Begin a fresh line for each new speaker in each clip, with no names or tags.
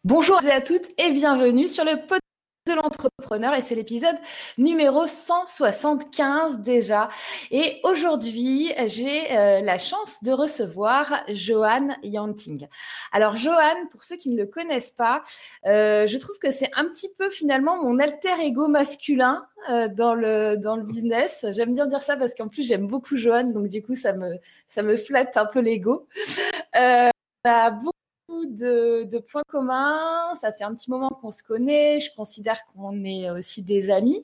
Bonjour à toutes et bienvenue sur le podcast de l'entrepreneur et c'est l'épisode numéro 175 déjà. Et aujourd'hui, j'ai la chance de recevoir Johan Yanting. Alors Johan, pour ceux qui ne le connaissent pas, je trouve que c'est un petit peu finalement mon alter ego masculin dans le business. J'aime bien dire ça parce qu'en plus j'aime beaucoup Johan, donc du coup ça me flatte un peu l'ego. On a beaucoup de points communs. Ça fait un petit moment qu'on se connaît. Je considère qu'on est aussi des amis.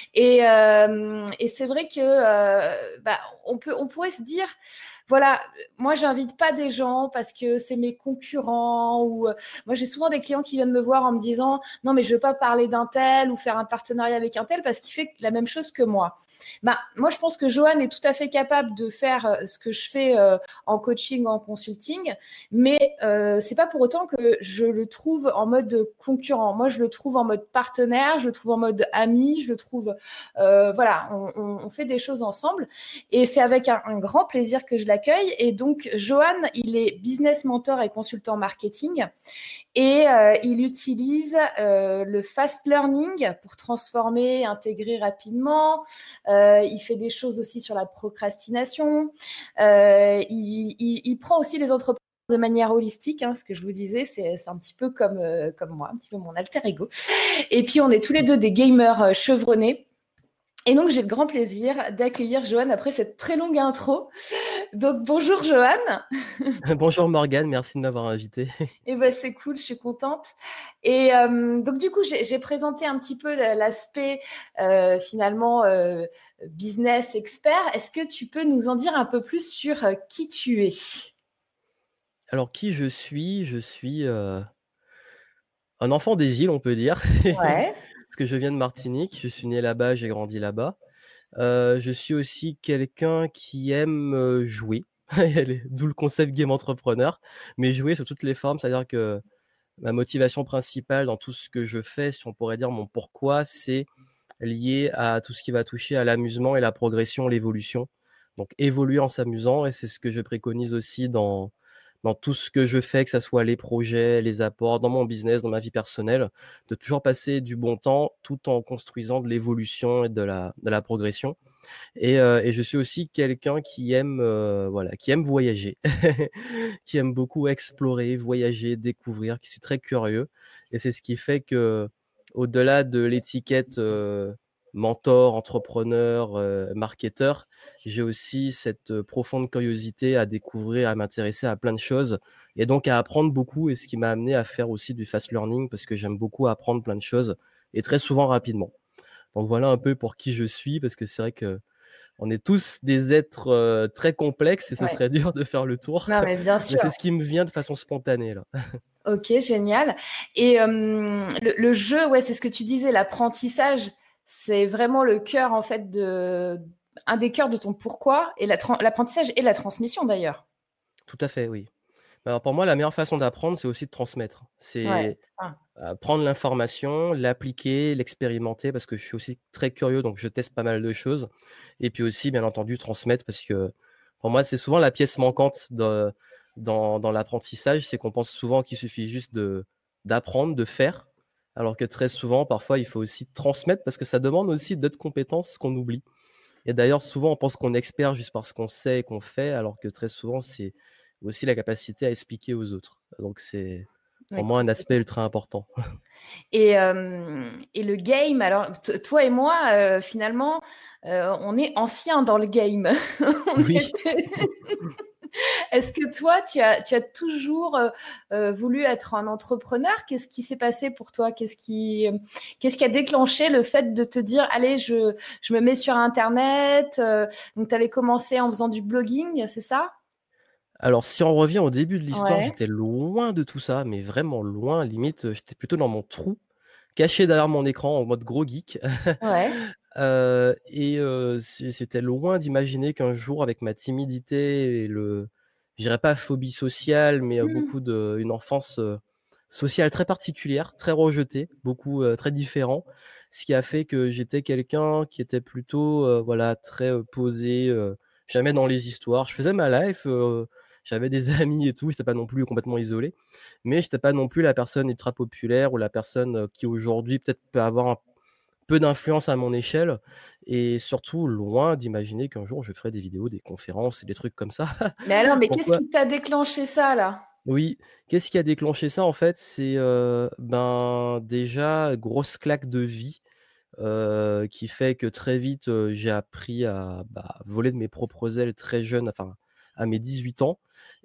Et c'est vrai que on pourrait se dire, voilà, moi j'invite pas des gens parce que c'est mes concurrents ou moi j'ai souvent des clients qui viennent me voir en me disant non mais je veux pas parler d'un tel ou faire un partenariat avec un tel parce qu'il fait la même chose que moi. Moi je pense que Johan est tout à fait capable de faire ce que je fais en coaching, en consulting, mais c'est pas pour autant que je le trouve en mode concurrent. Moi je le trouve en mode partenaire, je le trouve en mode ami, je le trouve voilà, on fait des choses ensemble et c'est avec un grand plaisir que je l'accueille. Et donc, Johan, il est business mentor et consultant marketing et il utilise le fast learning pour transformer, intégrer rapidement. Il fait des choses aussi sur la procrastination. Il prend aussi les entrepreneurs de manière holistique, ce que je vous disais, c'est un petit peu comme moi, un petit peu mon alter ego. Et puis, on est tous les deux des gamers chevronnés. Et donc, j'ai le grand plaisir d'accueillir Johan après cette très longue intro. Donc, bonjour Johan.
Bonjour Morgane, merci de m'avoir invité.
Et ben, c'est cool, je suis contente. Et donc, du coup, j'ai présenté un petit peu l'aspect finalement business expert. Est-ce que tu peux nous en dire un peu plus sur qui tu es?
Alors qui je suis? Je suis, un enfant des îles, on peut dire.
Ouais.
Parce que je viens de Martinique, je suis né là-bas, j'ai grandi là-bas. Je suis aussi quelqu'un qui aime, jouer. D'où le concept game entrepreneur, mais jouer sous toutes les formes. C'est-à-dire que ma motivation principale dans tout ce que je fais, si on pourrait dire mon pourquoi, c'est lié à tout ce qui va toucher à l'amusement et la progression, l'évolution. Donc évoluer en s'amusant, et c'est ce que je préconise aussi dans tout ce que je fais, que ça soit les projets, les apports, dans mon business, dans ma vie personnelle, de toujours passer du bon temps tout en construisant de l'évolution et de la progression. Et je suis aussi quelqu'un qui aime, voilà, qui aime voyager, qui aime beaucoup explorer, voyager, découvrir, qui suis très curieux. Et c'est ce qui fait que, au-delà de l'étiquette, mentor, entrepreneur, marketeur, j'ai aussi cette, profonde curiosité à découvrir, à m'intéresser à plein de choses et donc à apprendre beaucoup, et ce qui m'a amené à faire aussi du fast learning parce que j'aime beaucoup apprendre plein de choses et très souvent rapidement. Donc voilà un peu pour qui je suis, parce que c'est vrai qu'on est tous des êtres, très complexes et ce
Ouais.
serait dur de faire le tour.
Non, mais bien
Mais
sûr.
c'est ce qui me vient de façon spontanée là.
Ok, génial. Et le jeu, ouais, c'est ce que tu disais, l'apprentissage, c'est vraiment le cœur, en fait, un des cœurs de ton pourquoi, et l'apprentissage et la transmission d'ailleurs.
Tout à fait, oui. Alors pour moi, la meilleure façon d'apprendre, c'est aussi de transmettre.
Ouais.
C'est,
Ah.
prendre l'information, l'appliquer, l'expérimenter, parce que je suis aussi très curieux, donc je teste pas mal de choses. Et puis aussi, bien entendu, transmettre, parce que pour moi, c'est souvent la pièce manquante dans l'apprentissage, c'est qu'on pense souvent qu'il suffit juste d'apprendre, de faire, alors que très souvent, parfois, il faut aussi transmettre parce que ça demande aussi d'autres compétences qu'on oublie. Et d'ailleurs, souvent, on pense qu'on est expert juste parce qu'on sait et qu'on fait, alors que très souvent, c'est aussi la capacité à expliquer aux autres. Donc c'est pour
Ouais,
moi un aspect
complètement.
ultra important.
Et le game, alors toi et moi, finalement, on est anciens dans le game. On
Oui.
était- Est-ce que toi, tu as toujours voulu être un entrepreneur? Qu'est-ce qui s'est passé pour toi? Qu'est-ce qui a déclenché le fait de te dire, allez, je me mets sur Internet? Donc, tu avais commencé en faisant du blogging, c'est ça?
Alors si on revient au début de l'histoire,
Ouais,
j'étais loin de tout ça, mais vraiment loin, limite, j'étais plutôt dans mon trou, caché derrière mon écran en mode gros geek.
ouais.
C'était loin d'imaginer qu'un jour, avec ma timidité et je dirais pas phobie sociale, mais
Hmm.
beaucoup une enfance, sociale très particulière, très rejetée, beaucoup, très différent. Ce qui a fait que j'étais quelqu'un qui était plutôt, voilà, très, posé, jamais dans les histoires. Je faisais ma life, J'avais des amis et tout, j'étais pas non plus complètement isolé, mais j'étais pas non plus la personne ultra populaire ou la personne, qui aujourd'hui peut-être peut avoir un peu d'influence à mon échelle et surtout loin d'imaginer qu'un jour je ferai des vidéos, des conférences et des trucs comme ça.
Mais alors, mais qu'est-ce
Pourquoi?
qui t'a déclenché ça, là?
Oui, qu'est-ce qui a déclenché ça en fait? C'est, ben, déjà grosse claque de vie, qui fait que très vite, j'ai appris à, bah, voler de mes propres ailes très jeune, enfin à mes 18 ans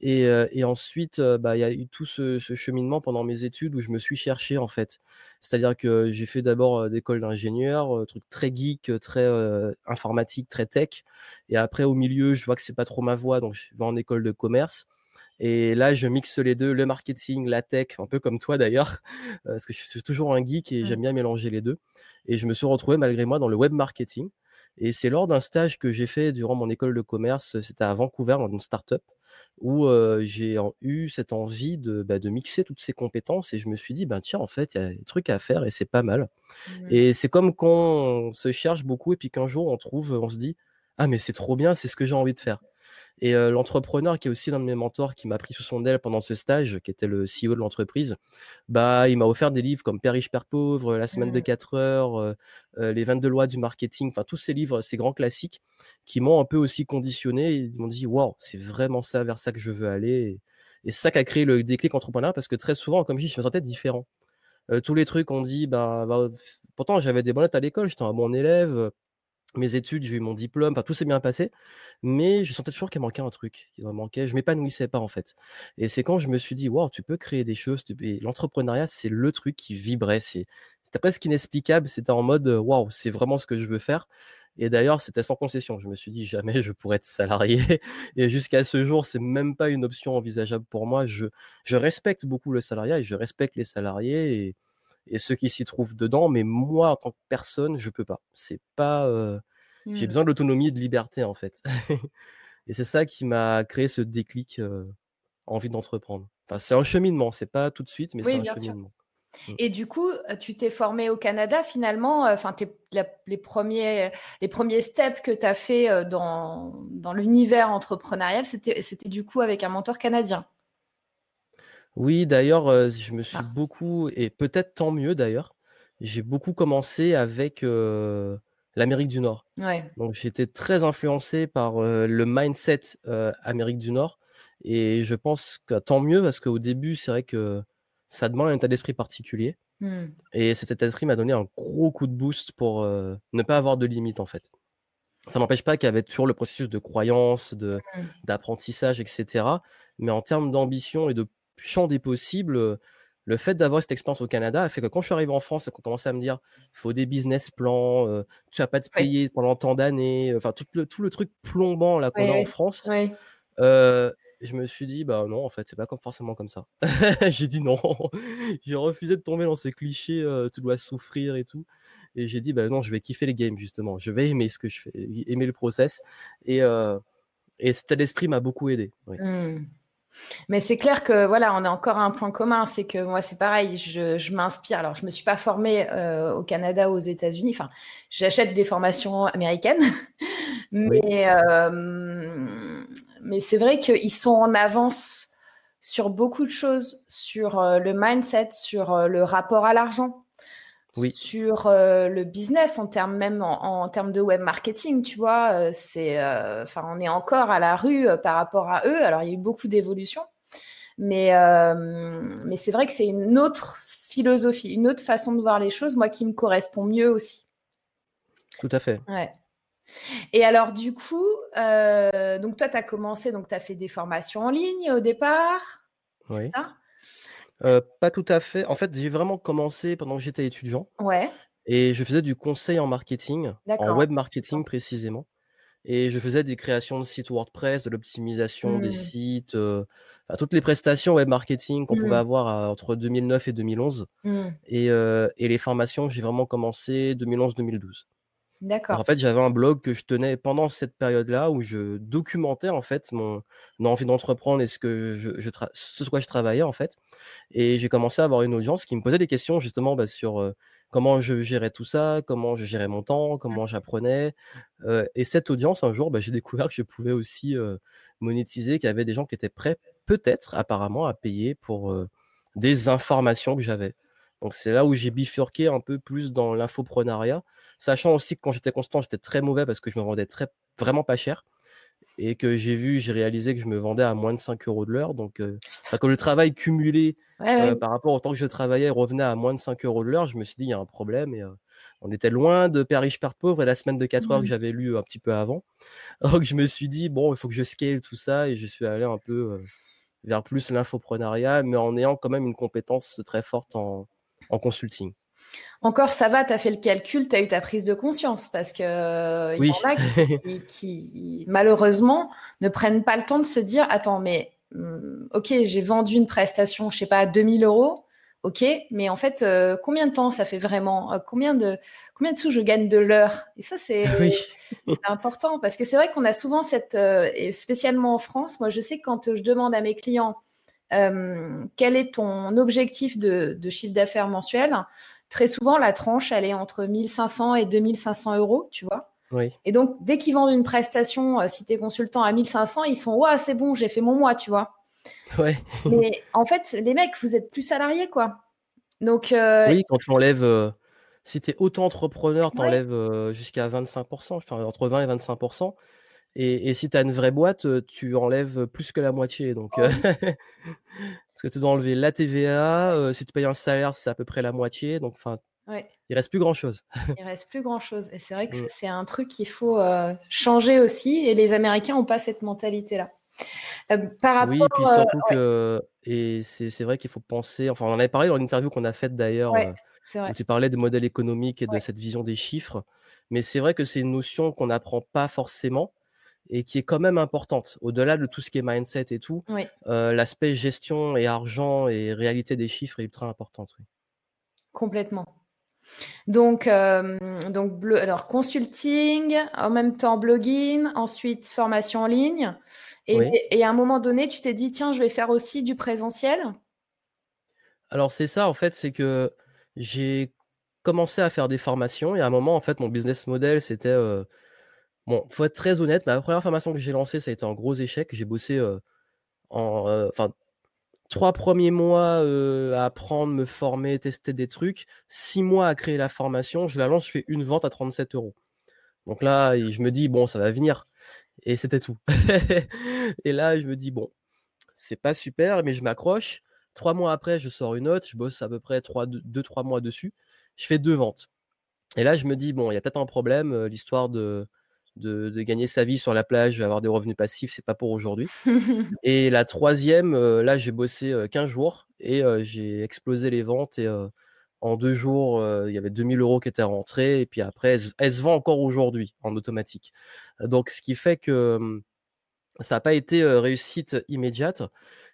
et ensuite, bah, il y a eu tout ce cheminement pendant mes études où je me suis cherché en fait. C'est-à-dire que j'ai fait d'abord, d'école d'ingénieur, truc très geek, très, informatique, très tech et après au milieu, je vois que c'est pas trop ma voie donc je vais en école de commerce et là, je mixe les 2, le marketing, la tech, un peu comme toi d'ailleurs, parce que je suis toujours un geek et
Mmh.
j'aime bien mélanger les 2. Et je me suis retrouvé malgré moi dans le web marketing et c'est lors d'un stage que j'ai fait durant mon école de commerce, c'était à Vancouver dans une start-up où, j'ai eu cette envie de, bah, de mixer toutes ces compétences et je me suis dit: «Ben, tiens, en fait, il y a des trucs à faire et c'est pas mal»
Mmh.
et c'est comme quand on se cherche beaucoup et puis qu'un jour on trouve, on se dit: «Ah mais c'est trop bien, c'est ce que j'ai envie de faire». Et l'entrepreneur qui est aussi l'un de mes mentors, qui m'a pris sous son aile pendant ce stage, qui était le CEO de l'entreprise, bah, il m'a offert des livres comme Père riche, père pauvre, La semaine de
Mmh.
4 heures, Les 22 lois du marketing, enfin tous ces livres, ces grands classiques qui m'ont un peu aussi conditionné. Ils m'ont dit: «Waouh, c'est vraiment ça, vers ça que je veux aller» et c'est ça qui a créé le déclic entrepreneurial parce que très souvent, comme je dis, je me sentais différent. Tous les trucs on dit, bah, pourtant j'avais des bonnes notes à l'école, j'étais un bon élève, mes études, j'ai eu mon diplôme, enfin tout s'est bien passé, mais je sentais toujours qu'il manquait un truc. Il me manquait, je m'épanouissais pas en fait. Et c'est quand je me suis dit: «Waouh, tu peux créer des choses, tu peux» et l'entrepreneuriat, c'est le truc qui vibrait, c'était presque inexplicable, c'était en mode, «Waouh, c'est vraiment ce que je veux faire» et d'ailleurs, c'était sans concession. Je me suis dit: «Jamais je pourrais être salarié» et jusqu'à ce jour, c'est même pas une option envisageable pour moi. Je respecte beaucoup le salariat et je respecte les salariés et ceux qui s'y trouvent dedans, mais moi, en tant que personne, je peux pas. C'est pas, j'ai
Mmh.
besoin de l'autonomie et de liberté, en fait et c'est ça qui m'a créé ce déclic, envie d'entreprendre. Enfin, c'est un cheminement, c'est pas tout de suite, mais c'est
Oui,
un
bien sûr.
cheminement. Mmh.
Et du coup, tu t'es formé au Canada finalement, enfin tes la les premiers steps que tu as fait, dans l'univers entrepreneurial, c'était du coup avec un mentor canadien?
Oui, d'ailleurs, je me suis
Ah,
beaucoup et peut-être tant mieux d'ailleurs, j'ai beaucoup commencé avec, l'Amérique du Nord.
ouais.
Donc j'ai été très influencé par, le mindset, Amérique du Nord et je pense que tant mieux parce qu'au début, c'est vrai que ça demande un état d'esprit particulier
Mmh.
et cet état d'esprit m'a donné un gros coup de boost pour, ne pas avoir de limites, en fait. Ça n'empêche pas qu'il y avait toujours le processus de croyance,
Mmh.
d'apprentissage et cetera. Mais en termes d'ambition et de champ des possibles, le fait d'avoir cette expérience au Canada a fait que quand je suis arrivé en France et qu'on commençait à me dire: «Faut des business plans, tu vas pas te
Oui.
payer pendant tant d'années», enfin tout le truc plombant là qu'on
Oui,
a en
oui.
France,
Oui.
je me suis dit: «Bah non, en fait, c'est pas comme forcément comme ça». J'ai dit: «Non». J'ai refusé de tomber dans ces clichés, tu dois souffrir et tout et j'ai dit: «Bah non, je vais kiffer les games justement. Je vais aimer ce que je fais, aimer le process» et heu et cet état d'esprit m'a beaucoup aidé, oui.
Mmh. Mais c'est clair que voilà, on a encore un point commun, c'est que moi, c'est pareil, je m'inspire. Alors, je me suis pas formée au Canada ou aux États-Unis. Enfin, j'achète des formations américaines,
Oui,
mais mais c'est vrai qu'ils sont en avance sur beaucoup de choses, sur le mindset, sur le rapport à l'argent,
oui,
sur le business en termes même en termes de web marketing, tu vois. Enfin, on est encore à la rue par rapport à eux. Alors, il y a eu beaucoup d'évolutions. Mais c'est vrai que c'est une autre philosophie, une autre façon de voir les choses, moi, qui me correspond mieux aussi.
tout à fait.
Ouais. Et alors, du coup, donc toi, tu as commencé, donc tu as fait des formations en ligne au départ, c'est
Oui.
ça?
Pas tout à fait. En fait, j'ai vraiment commencé pendant que j'étais étudiant
Ouais,
et je faisais du conseil en marketing, en
d'accord.
web marketing précisément. Et je faisais des créations de sites WordPress, de l'optimisation des
Mmh.
sites, enfin toutes les prestations web marketing qu'on pouvait
Mmh.
avoir entre 2009 et 2011
Mmh.
et les formations, j'ai vraiment commencé 2011-2012.
D'accord.
Alors en fait, j'avais un blog que je tenais pendant cette période-là où je documentais en fait mon envie d'entreprendre et ce que ce sur quoi je travaillais en fait. Et j'ai commencé à avoir une audience qui me posait des questions justement, sur, comment je gérais tout ça, comment je gérais mon temps, comment j'apprenais, et cette audience un jour, j'ai découvert que je pouvais aussi, monétiser, qu'il y avait des gens qui étaient prêts, peut-être, apparemment, à payer pour, des informations que j'avais. Donc c'est là où j'ai bifurqué un peu plus dans l'infoprenariat, sachant aussi que quand j'étais constant, j'étais très mauvais parce que je me vendais vraiment pas cher et que j'ai réalisé que je me vendais à moins de 5 € de l'heure donc
Putain.
que le travail cumulé,
Ouais, ouais.
par rapport au temps que je travaillais revenait à moins de 5 € de l'heure. Je me suis dit: «Il y a un problème» et on était loin de Père riche, père pauvre et la semaine de 4 heures que
Mmh.
j'avais lu un petit peu avant. Donc je me suis dit: «Bon, il faut que je scale tout ça» et je suis allé un peu, vers plus l'infoprenariat, mais en ayant quand même une compétence très forte en consulting.
Encore ça va, tu as fait le calcul, tu as eu ta prise de conscience parce que, il y
Oui.
en a qui malheureusement ne prennent pas le temps de se dire: «Attends, mais, OK, j'ai vendu une prestation, je sais pas, à 2 000 €. OK, mais en fait, combien de temps ça fait vraiment? Combien de sous je gagne de l'heure?» Et ça,
Oui.
c'est important parce que c'est vrai qu'on a souvent cette, et spécialement en France, moi je sais que quand je demande à mes clients, quel est ton objectif de chiffre d'affaires mensuel? Très souvent, la tranche, elle est entre 1 500 et 2 500 €, tu vois.
Oui.
Et donc, dès qu'ils vendent une prestation, si tu es consultant à 1 500, ils sont, ouais, c'est bon, j'ai fait mon mois, tu vois.
Ouais.
Mais en fait, les mecs, vous êtes plus salariés, quoi. Donc,
Oui, quand tu enlèves, si tu es auto-entrepreneur, tu
ouais,
enlèves, jusqu'à 25, enfin entre 20 et 25 et si tu as une vraie boîte, tu enlèves plus que la moitié donc
oh oui,
parce que tu dois enlever la TVA, si tu payes un salaire, c'est à peu près la moitié donc enfin,
ouais,
il reste plus grand chose.
il reste plus grand-chose. Et c'est vrai que ça,
Mmh.
c'est un truc qu'il faut changer aussi. Et les Américains n'ont pas cette mentalité-là. Par
Oui,
rapport,
puis surtout que et c'est vrai qu'il faut penser enfin, on en avait parlé dans l'interview qu'on a faite d'ailleurs,
ouais, c'est vrai.
où tu parlais de modèle économique et de
Ouais,
cette vision des chiffres, mais c'est vrai que c'est une notion qu'on n'apprend pas forcément et qui est quand même importante. Au-delà de tout ce qui est mindset et tout,
ouais,
l'aspect gestion et argent et réalité des chiffres est ultra importante, oui.
complètement. Donc, alors consulting, en même temps blogging, ensuite formation en ligne. Et,
Oui.
et à un moment donné, tu t'es dit, tiens, je vais faire aussi du présentiel.
Alors c'est ça en fait, c'est que j'ai commencé à faire des formations et à un moment en fait mon business model c'était, bon, faut être très honnête, ma première formation que j'ai lancée ça a été un gros échec. J'ai bossé, enfin 3 premiers mois, à apprendre, me former, tester des trucs, 6 mois à créer la formation, je la lance, je fais une vente à 37 €. Donc là et je me dis: «Bon ça va venir» et c'était tout. Et là je me dis: «Bon, c'est pas super mais je m'accroche». 3 mois après, je sors une autre, je bosse à peu près 2-3 mois dessus, je fais 2 ventes. Et là je me dis: «Bon, il y a peut-être un problème, l'histoire de gagner sa vie sur la plage, avoir des revenus passifs, c'est pas pour aujourd'hui». Et la troisième, là, j'ai bossé, 15 jours et j'ai explosé les ventes et en 2 jours, il y avait 2 000 € qui étaient rentrés et puis après elle se vend encore aujourd'hui en automatique. Donc ce qui fait que, ça a pas été, réussite immédiate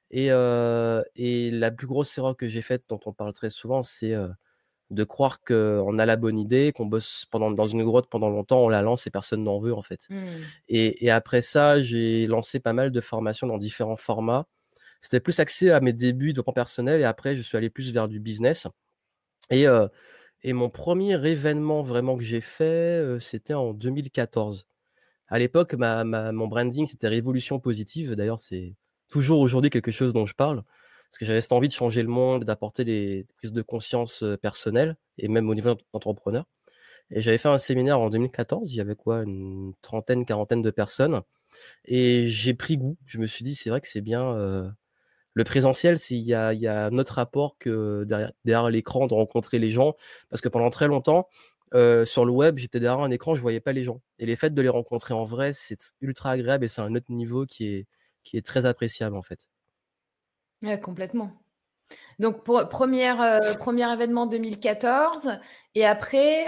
et la plus grosse erreur que j'ai faite, dont on parle très souvent, c'est, de croire qu'on a la bonne idée, qu'on bosse dans une grotte pendant longtemps, on la lance et personne n'en veut, en fait.
Hmm.
Et après ça, j'ai lancé pas mal de formations dans différents formats. C'était plus axé à mes débuts de développement personnel et après je suis allé plus vers du business et heu et mon premier événement vraiment que j'ai fait, c'était en 2014. À l'époque, mon branding, c'était révolution positive. D'ailleurs, c'est toujours aujourd'hui quelque chose dont je parle, parce que j'avais cette envie de changer le monde, d'apporter des prises de conscience, personnelles et même au niveau d'entrepreneur et j'avais fait un séminaire en 2014, il y avait quoi? Une trentaine, quarantaine de personnes et j'ai pris goût. Je me suis dit: «C'est vrai que c'est bien, le présentiel, il y a un autre rapport que derrière l'écran, de rencontrer les gens». Parce que pendant très longtemps, sur le web, j'étais derrière un écran, je voyais pas les gens et les fait de les rencontrer en vrai, c'est ultra agréable et c'est un autre niveau qui est très appréciable, en fait.
Ouais, complètement. Donc, premier événement 2014. Et après,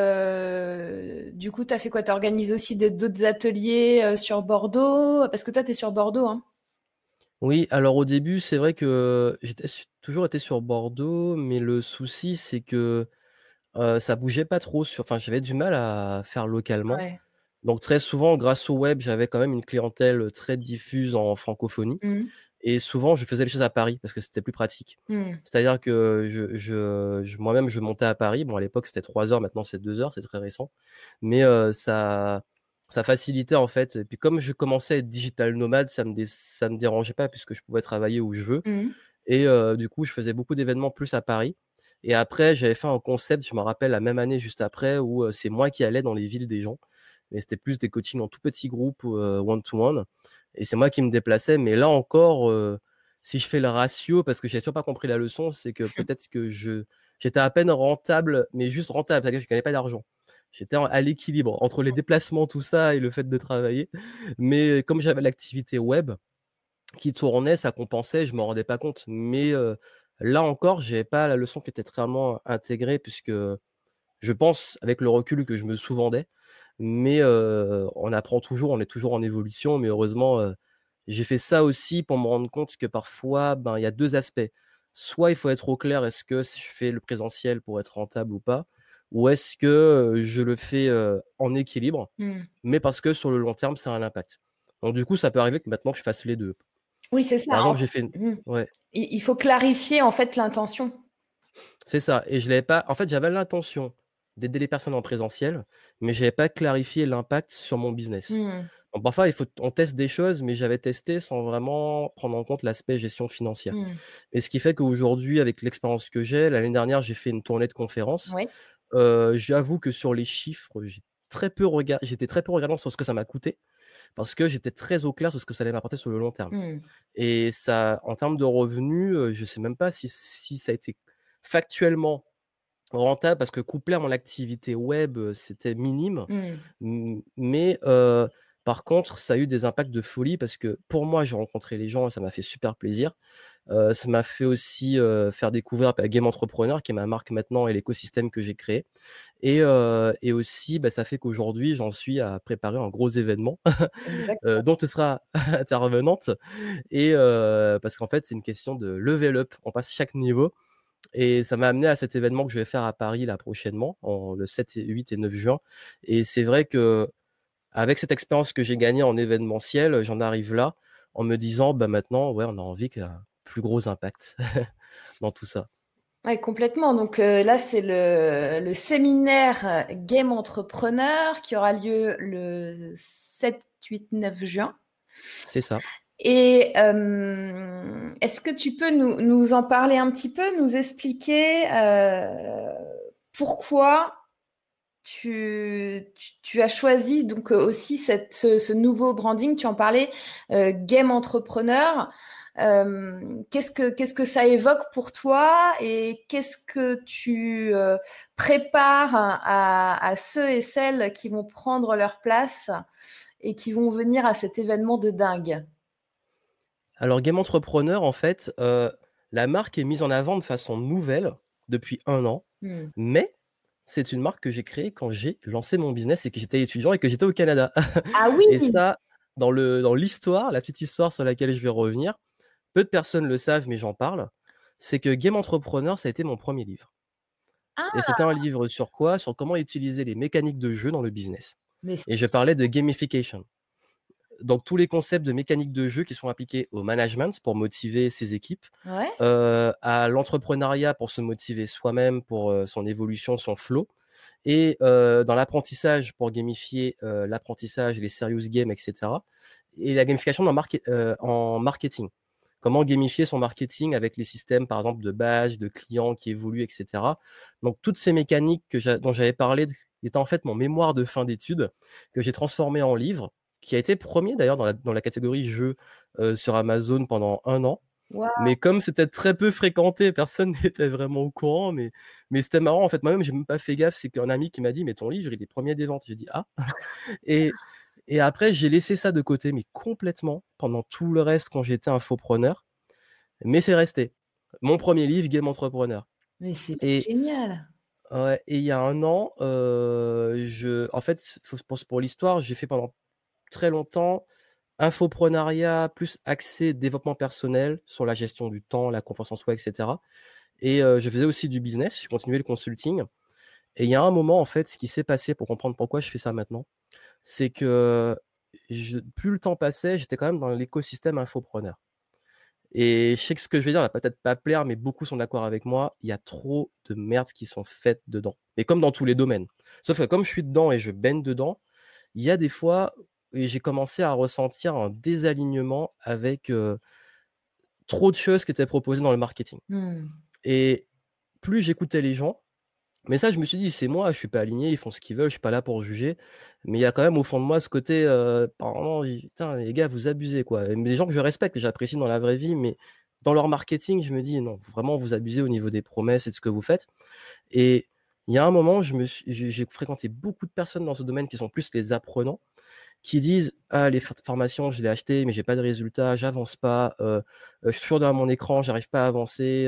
du coup, tu as fait quoi? Tu organises aussi d'autres ateliers sur Bordeaux? Parce que toi, tu es sur Bordeaux, hein?
Oui, alors au début, c'est vrai que j'étais toujours été sur Bordeaux, mais le souci, c'est que Ça bougeait pas trop j'avais du mal à faire localement.
Ouais.
Donc très souvent, grâce au web, j'avais quand même une clientèle, très diffuse en francophonie
Mmh.
et souvent je faisais les choses à Paris parce que c'était plus pratique.
Mmh.
C'est-à-dire que moi-même, je montais à Paris. Bon, à l'époque, c'était 3 heures, maintenant c'est 2 heures, c'est très récent. Mais ça facilitait, en fait et puis comme je commençais à être digital nomade, ça me dérangeait pas puisque je pouvais travailler où je veux
Mmh.
et du coup, je faisais beaucoup d'événements plus à Paris et après j'avais fait un concept, je me rappelle la même année juste après où, c'est moi qui allais dans les villes des gens mais c'était plus des coachings en tout petits groupes ou, one to one et c'est moi qui me déplaçais mais là encore, si je fais le ratio parce que j'ai toujours pas compris la leçon, c'est que peut-être que j'étais à peine rentable, mais juste rentable, c'est-à-dire que je gagnais pas d'argent. J'étais à l'équilibre entre les déplacements, tout ça et le fait de travailler mais comme j'avais l'activité web qui tournait, ça compensait, je m'en rendais pas compte. Mais, là encore, j'avais pas la leçon qui était vraiment intégrée puisque, je pense avec le recul que je me sous-vendais. Mais, on apprend toujours, on est toujours en évolution. Mais heureusement, j'ai fait ça aussi pour me rendre compte que parfois, ben, il y a 2 aspects. Soit il faut être au clair, est-ce que si je fais le présentiel pour être rentable ou pas? Ou est-ce que, je le fais, en équilibre,
Mmh.
mais parce que sur le long terme, ça a un impact. Donc du coup, ça peut arriver que maintenant que je fasse les 2.
Oui, c'est ça,
Par exemple, j'ai fait une
mmh.
ouais,
Il faut clarifier, en fait, l'intention.
c'est ça et je l'avais pas en fait, j'avais l'intention d'aider les personnes en présentiel, mais j'avais pas clarifié l'impact sur mon business.
Mmh.
Donc parfois, on teste des choses, mais j'avais testé sans vraiment prendre en compte l'aspect gestion financière
Mmh.
et ce qui fait qu'aujourd'hui, avec l'expérience que j'ai, l'année dernière, j'ai fait une tournée de conférences.
Oui.
J'avoue que sur les chiffres, j'étais très peu regardant sur ce que ça m'a coûté parce que j'étais très au clair sur ce que ça allait m'apporter sur le long terme.
Mmh.
Et ça, en termes de revenus, je sais même pas si ça a été factuellement rentable parce que couplé à mon activité web, c'était minime.
Mmh.
Mais, par contre, ça a eu des impacts de folie parce que pour moi, j'ai rencontré les gens et ça m'a fait super plaisir. Ça m'a fait aussi, faire découvrir Game Entrepreneur qui est ma marque maintenant et l'écosystème que j'ai créé et aussi, bah, ça fait qu'aujourd'hui, j'en suis à préparer un gros événement,
Exact.
dont tu seras intervenante et parce qu'en fait, c'est une question de level up. On passe chaque niveau et ça m'a amené à cet événement que je vais faire à Paris là prochainement, le 7 et 8 et 9 juin et c'est vrai qu'avec cette expérience que j'ai gagnée en événementiel, j'en arrive là en me disant: «Bah, maintenant, ouais, on a envie qu'il y ait un plus gros impact dans tout ça».
Ouais, complètement. Donc là, c'est le séminaire Game Entrepreneur qui aura lieu le 7, 8, 9 juin.
C'est ça.
Et est-ce que tu peux nous en parler un petit peu, nous expliquer pourquoi tu as choisi donc aussi ce nouveau branding, tu en parlais, Game Entrepreneur. Qu'est-ce que ça évoque pour toi et qu'est-ce que tu prépares à ceux et celles qui vont prendre leur place et qui vont venir à cet événement de dingue?
Alors Game Entrepreneur, en fait, la marque est mise en avant de façon nouvelle depuis 1 an,
Mmh.
mais c'est une marque que j'ai créée quand j'ai lancé mon business et que j'étais étudiant et que j'étais au Canada.
Ah oui!
Et ça, dans l'histoire, la petite histoire sur laquelle je vais revenir, peu de personnes le savent, mais j'en parle, c'est que Game Entrepreneur, ça a été mon premier livre. Et
Ah!
c'était un livre sur quoi? Sur comment utiliser les mécaniques de jeu dans le business.
Mais c'est
Et je parlais de gamification. Donc tous les concepts de mécanique de jeu qui sont appliqués au management pour motiver ses équipes,
ouais,
à l'entrepreneuriat pour se motiver soi-même, pour, son évolution, son flow et dans l'apprentissage pour gamifier, l'apprentissage, les serious games et cetera et la gamification en marketing. Comment gamifier son marketing avec les systèmes, par exemple, de badges, de clients qui évoluent et cetera. Donc toutes ces mécaniques dont j'avais parlé étaient en fait mon mémoire de fin d'études que j'ai transformé en livre, qui a été premier d'ailleurs dans la catégorie jeux, sur Amazon pendant 1 an.
waouh!
Mais comme c'était très peu fréquenté, personne n'était vraiment au courant, mais c'était marrant en fait. Moi-même, j'ai même pas fait gaffe, c'est qu'un ami qui m'a dit: «Mais ton livre, il est premier des ventes». J'ai dit: «Ah» et et après j'ai laissé ça de côté, mais complètement, pendant tout le reste quand j'étais infopreneur, mais c'est resté. Mon premier livre, Game Entrepreneur
Mais c'est
et
génial!
ouais et il y a 1 an, je en fait, faut pour l'histoire, j'ai fait pendant très longtemps infoprenariat plus axé développement personnel sur la gestion du temps, la confiance en soi et cetera et je faisais aussi du business, je continuais le consulting Et il y a un moment, en fait, ce qui s'est passé pour comprendre pourquoi je fais ça maintenant, c'est que plus le temps passait, j'étais quand même dans l'écosystème infopreneur. Et je sais que ce que je vais dire va peut-être pas plaire, mais beaucoup sont d'accord avec moi, il y a trop de merde qui sont faites dedans. Et comme dans tous les domaines. Sauf que comme je suis dedans et je baigne dedans, il y a des fois et j'ai commencé à ressentir un désalignement avec, trop de choses qui étaient proposées dans le marketing.
Mmh.
Et plus j'écoutais les gens, mais ça je me suis dit: «C'est moi, je suis pas aligné, ils font ce qu'ils veulent, je suis pas là pour juger». Mais il y a quand même au fond de moi ce côté, par moments, je dis: «Putain les gars, vous abusez quoi». Et des gens que je respecte, que j'apprécie dans la vraie vie, mais dans leur marketing, je me dis: «Non, vraiment vous abusez au niveau des promesses et de ce que vous faites». Et il y a un moment, j'ai fréquenté beaucoup de personnes dans ce domaine qui sont plus les apprenants qui disent: «Ah les formations, je l'ai acheté, mais j'ai pas de résultats, j'avance pas, je suis toujours derrière mon écran, j'arrive pas à avancer,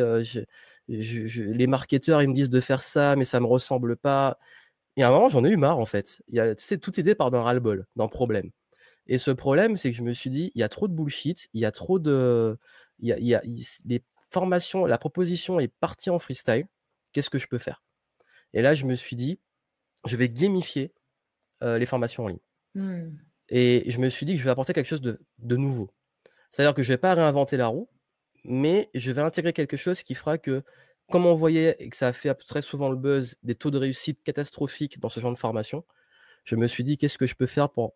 je les marketeurs, ils me disent de faire ça, mais ça me ressemble pas». Et à un moment, j'en ai eu marre en fait. Il y a tu sais, tout est par d'un ras-le-bol, d'un problème. Et ce problème, c'est que je me suis dit: «Il y a trop de bullshit, il y a trop de il y a il s les formations, la proposition est partie en freestyle, qu'est-ce que je peux faire?» Et là, je me suis dit: «Je vais gamifier, les formations en ligne».
Mmh.
Et je me suis dit que je vais apporter quelque chose de nouveau. C'est-à-dire que je vais pas réinventer la roue, mais je vais intégrer quelque chose qui fera que, comme on voyait et que ça a fait très souvent le buzz, des taux de réussite catastrophiques dans ce genre de formation, je me suis dit: «Qu'est-ce que je peux faire pour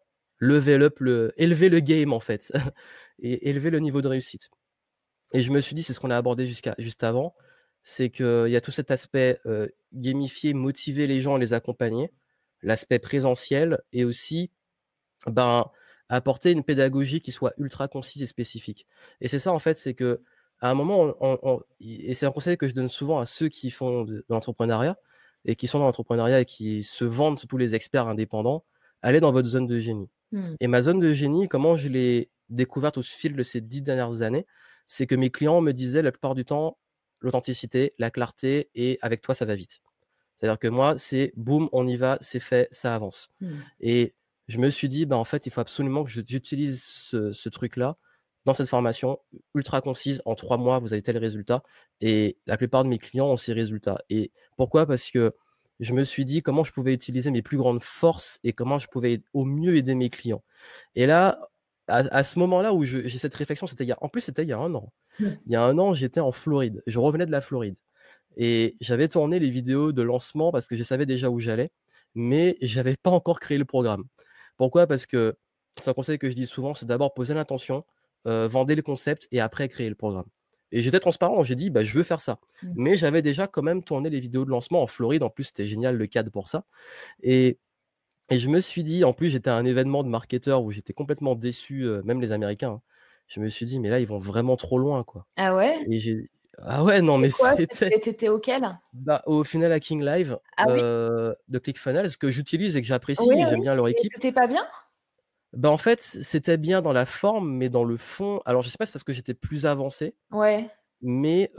élever le game en fait et élever le niveau de réussite?» Et je me suis dit, c'est ce qu'on a abordé juste avant, c'est qu'il y a tout cet aspect, gamifier, motiver les gens, les accompagner, l'aspect présentiel et aussi ben, apporter une pédagogie qui soit ultra concise et spécifique. Et c'est ça en fait, c'est qu'à un moment et c'est un conseil que je donne souvent à ceux qui font de l'entrepreneuriat et qui sont dans l'entrepreneuriat et qui se vendent surtout les experts indépendants, allez dans votre zone de génie.
Mmh.
Et ma zone de génie, comment je l'ai découverte au fil de ces 10 dernières années, c'est que mes clients me disaient la plupart du temps: «L'authenticité, la clarté et avec toi ça va vite». C'est-à-dire que moi, c'est boum, on y va, c'est fait, ça avance.
Mmh.
Et je me suis dit: «Bah, en fait, il faut absolument que j'utilise ce truc-là dans cette formation ultra concise. En 3 mois, vous avez tel résultat». Et la plupart de mes clients ont ces résultats. Et pourquoi? Parce que je me suis dit comment je pouvais utiliser mes plus grandes forces et comment je pouvais au mieux aider mes clients. Et là, à ce moment-là où j'ai cette réflexion, c'était il y a 1 an.
Mmh.
Il y a 1 an, j'étais en Floride. Je revenais de la Floride. Et j'avais tourné les vidéos de lancement parce que je savais déjà où j'allais, mais j'avais pas encore créé le programme. Pourquoi? Parce que c'est un conseil que je dis souvent, c'est d'abord poser l'intention, vendez le concept et après créer le programme. Et j'étais transparent, j'ai dit: «Bah, je veux faire ça».
Mmh.
Mais j'avais déjà quand même tourné les vidéos de lancement en Floride, en plus c'était génial le cadre pour ça. Et et je me suis dit en plus j'étais à un événement de marketeurs où j'étais complètement déçu, même les Américains, hein. Je me suis dit: «Mais là, ils vont vraiment trop loin, quoi».
Ah ouais?
Et j'ai ah ouais, non
C'est
mais
quoi?
c'était
Tu auquel?
bah, au final Hacking Live,
Ah oui?
de ClickFunnels que j'utilise et que
Oui,
j'apprécie et j'aime
oui.
bien leur
Et
équipe.
c'était pas bien?
Bah, en fait, c'était bien dans la forme, mais dans le fond alors je sais pas si c'est parce que j'étais plus avancé,
Ouais.
mais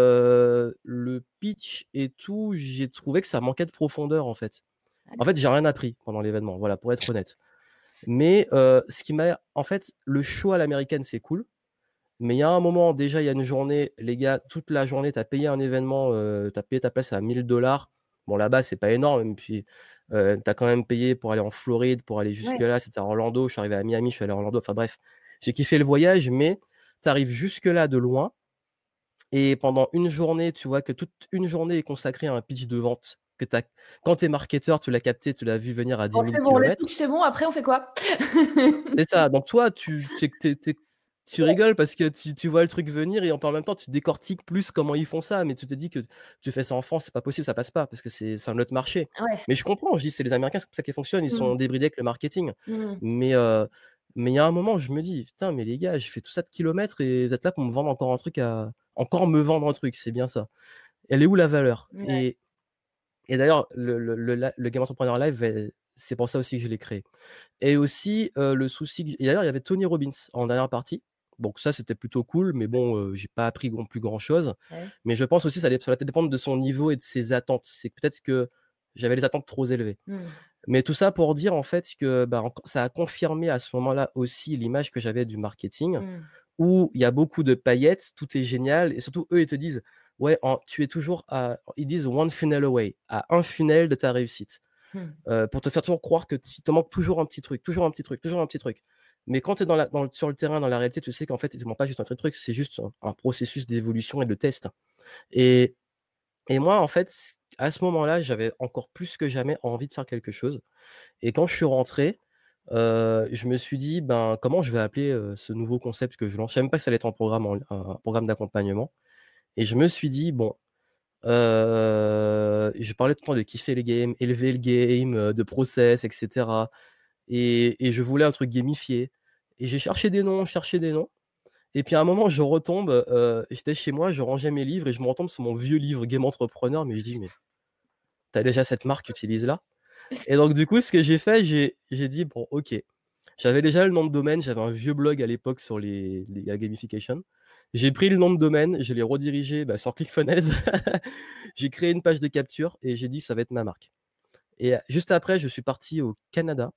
le pitch et tout, j'ai trouvé que ça manquait de profondeur, en fait. En fait, j'ai rien appris pendant l'événement, voilà, pour être honnête. Mais ce qui m'a en fait, le show à l'américaine, c'est cool. Mais il y a un moment, déjà, il y a une journée, les gars, toute la journée, tu as payé un événement, tu as payé ta place à 1 000 $. Bon, là-bas, c'est pas énorme et puis, tu as quand même payé pour aller en Floride, pour aller
Ouais.
jusque-là. C'était à Orlando, je suis arrivé à Miami, je suis allé à Orlando. Enfin bref, j'ai kiffé le voyage, mais tu arrives jusque-là de loin et pendant une journée, tu vois que toute une journée est consacrée à un pitch de vente que tu as quand tu es marketeur, tu l'as capté, tu l'as vu venir à 10
Bon,
000
c'est bon, le pitch,
kilomètres.
c'est bon, après on fait quoi?
C'est ça, donc toi, tu rigoles parce que tu vois le truc venir et en même temps, tu décortiques plus comment ils font ça, mais tu te dis que tu fais ça en France, c'est pas possible, ça passe pas parce que c'est un autre marché.
Ouais.
Mais je comprends, je dis: «C'est les Américains, c'est comme ça qu'ils fonctionnent, ils
Mmh.
sont débridés avec le marketing».
Mmh.
Mais il y a un moment, je me dis: «Putain, mais les gars, j'ai fait tout ça de kilomètres et vous êtes là pour me vendre encore me vendre un truc, c'est bien ça. Elle est où la valeur?»
Ouais.
Et d'ailleurs, le Game Entrepreneur Live, c'est pour ça aussi que je l'ai créé. Et aussi, le souci que et d'ailleurs, il y avait Tony Robbins en dernière partie. Donc ça, c'était plutôt cool, mais bon, j'ai pas appris non plus grand chose.
Ouais.
Mais je pense aussi ça va peut-être dépendre de son niveau et de ses attentes. C'est que peut-être que j'avais les attentes trop élevées.
Mmh.
Mais tout ça pour dire en fait que, bah, enc ça a confirmé à ce moment-là aussi l'image que j'avais du marketing,
Mmh.
où il y a beaucoup de paillettes, tout est génial et surtout eux, ils te disent: ouais, tu es toujours ils disent one funnel away, à un funnel de ta réussite.
Mmh.
Pour te faire toujours croire que tu te manque toujours un petit truc, toujours un petit truc, toujours un petit truc. Mais quand tu es sur le terrain, dans la réalité, tu sais qu'en fait, il te manque pas juste un truc, c'est juste un processus d'évolution et de test. Et et moi, en fait, à ce moment-là, j'avais encore plus que jamais envie de faire quelque chose. Et quand je suis rentré, je me suis dit: «Ben, comment je vais appeler, ce nouveau concept que je lance?» Je savais même pas que ça allait être un programme d'accompagnement. Et je me suis dit: «Bon», je parlais tout le temps de kiffer les games, élever le game, de process et cetera. Et je voulais un truc gamifié. Et j'ai cherché des noms. Et puis à un moment, je retombe, j'étais chez moi, je rangeais mes livres et je me retombe sur mon vieux livre Game Entrepreneur, mais je dis: «Mais tu as déjà cette marque, utilise-la». Et donc du coup, ce que j'ai fait, j'ai dit: «Bon, OK». J'avais déjà le nom de domaine, j'avais un vieux blog à l'époque sur la gamification. J'ai pris le nom de domaine, je l'ai redirigé, bah, sur ClickFunnels. J'ai créé une page de capture et j'ai dit: «Ça va être ma marque». Et juste après, je suis parti au Canada,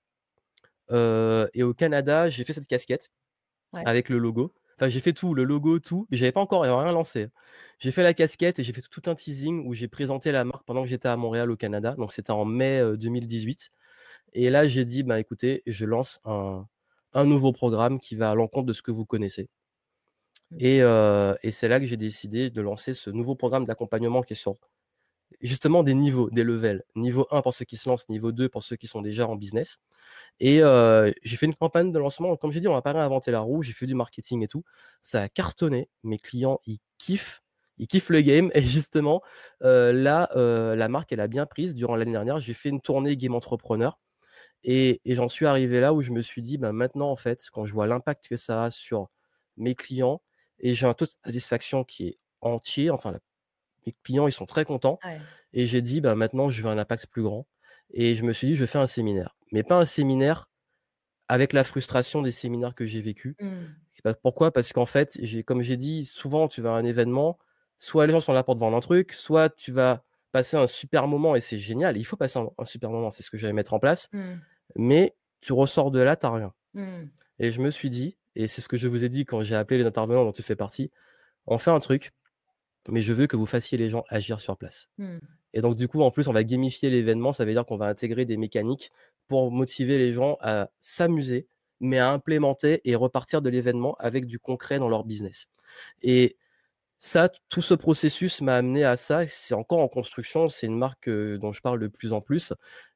et au Canada, j'ai fait cette casquette
Ouais.
avec le logo. Enfin, j'ai fait tout, le logo, tout, mais j'avais rien lancé. J'ai fait la casquette et j'ai fait tout un teasing où j'ai présenté la marque pendant que j'étais à Montréal au Canada, donc c'était en mai, 2018. Et là, j'ai dit: «Bah, écoutez, je lance un nouveau programme qui va à l'encontre de ce que vous connaissez».
Mmh.
Et c'est là que j'ai décidé de lancer ce nouveau programme d'accompagnement qui est sur justement des niveaux, des levels. Niveau 1 pour ceux qui se lancent, niveau 2 pour ceux qui sont déjà en business. Et j'ai fait une campagne de lancement. Comme j'ai dit, on va pas réinventer la roue. J'ai fait du marketing et tout. Ça a cartonné. Mes clients, ils kiffent le game. Et justement, là, la marque, elle a bien prise. Durant l'année dernière, j'ai fait une tournée Game Entrepreneur. Et j'en suis arrivé là où je me suis dit: «Bah, maintenant, en fait, quand je vois l'impact que ça a sur mes clients», et j'ai un taux de satisfaction qui est entier, enfin, mes clients, ils sont très contents.
Ouais.
Et j'ai dit: «Bah, maintenant, je veux un impact plus grand». Et je me suis dit: «Je vais faire un séminaire». Mais pas un séminaire avec la frustration des séminaires que j'ai vécus.
Mmh.
Pourquoi? Parce qu'en fait, comme j'ai dit, souvent, tu vas à un événement, soit les gens sont là pour te vendre un truc, soit tu vas passer un super moment et c'est génial. Il faut passer un super moment, c'est ce que j'allais mettre en place.
Mmh.
Mais tu ressors de là, tu as rien.
Mmh.
Et je me suis dit, et c'est ce que je vous ai dit quand j'ai appelé les intervenants dont tu fais partie: «On fait un truc, mais je veux que vous fassiez les gens agir sur place».
Mmh.
Et donc du coup, en plus, on va gamifier l'événement. Ça veut dire qu'on va intégrer des mécaniques pour motiver les gens à s'amuser, mais à implémenter et repartir de l'événement avec du concret dans leur business. Et ça, tout ce processus m'a amené à ça. C'est encore en construction. C'est une marque, dont je parle de plus en plus.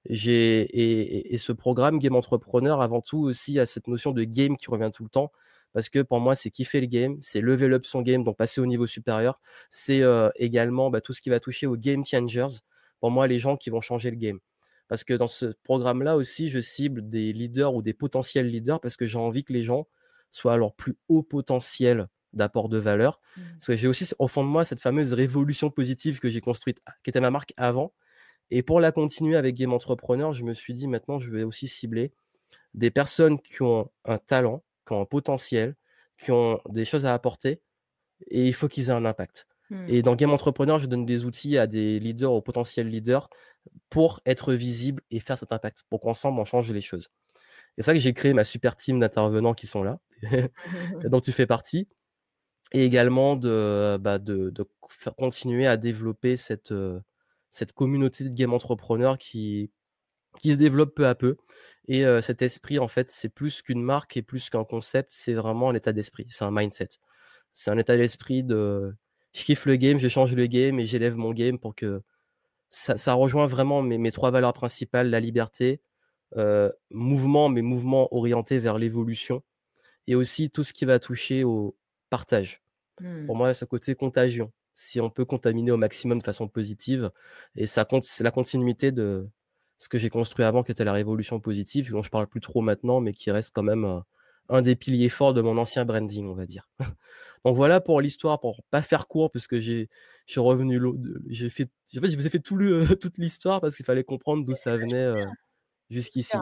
Et ce programme Game Entrepreneur, avant tout aussi, a cette notion de game qui revient tout le temps. Parce que pour moi, c'est kiffer le game, c'est level up son game, donc passer au niveau supérieur. C'est, également, bah, tout ce qui va toucher aux game changers. Pour moi, les gens qui vont changer le game. Parce que dans ce programme-là aussi, je cible des leaders ou des potentiels leaders parce que j'ai envie que les gens soient à leur plus haut potentiel d'apport de valeur.
Mmh.
Parce que j'ai aussi au fond de moi cette fameuse révolution positive que j'ai construite, qui était ma marque avant. Et pour la continuer avec Game Entrepreneur, je me suis dit: «Maintenant, je vais aussi cibler des personnes qui ont un talent, qui ont un potentiel, qui ont des choses à apporter, et il faut qu'ils aient un impact».
Mmh.
Et dans Game Entrepreneur, je donne des outils à des leaders, aux potentiels leaders, pour être visibles et faire cet impact, pour qu'ensemble on change les choses. C'est pour ça que j'ai créé ma super team d'intervenants qui sont là, dont tu fais partie. Et également de faire continuer à développer cette communauté de game entrepreneurs qui se développe peu à peu. Et cet esprit, en fait, c'est plus qu'une marque et plus qu'un concept, c'est vraiment un état d'esprit, c'est un mindset. C'est un état d'esprit de: «Je kiffe le game, je change le game et j'élève mon game», pour que ça rejoint vraiment mes 3 valeurs principales: la liberté, mouvement, mais mouvement orienté vers l'évolution, et aussi tout ce qui va toucher au partage.
Mmh.
Pour moi, ce côté contagion. Si on peut contaminer au maximum de façon positive, et ça compte, c'est la continuité de ce que j'ai construit avant, qui était la révolution positive, dont je parle plus trop maintenant, mais qui reste quand même, un des piliers forts de mon ancien branding, on va dire. Donc voilà pour l'histoire, pour pas faire court, parce que je suis revenu j'ai fait en fait, je vous ai fait tout le toute l'histoire parce qu'il fallait comprendre d'où ça venait,
Super
jusqu'ici.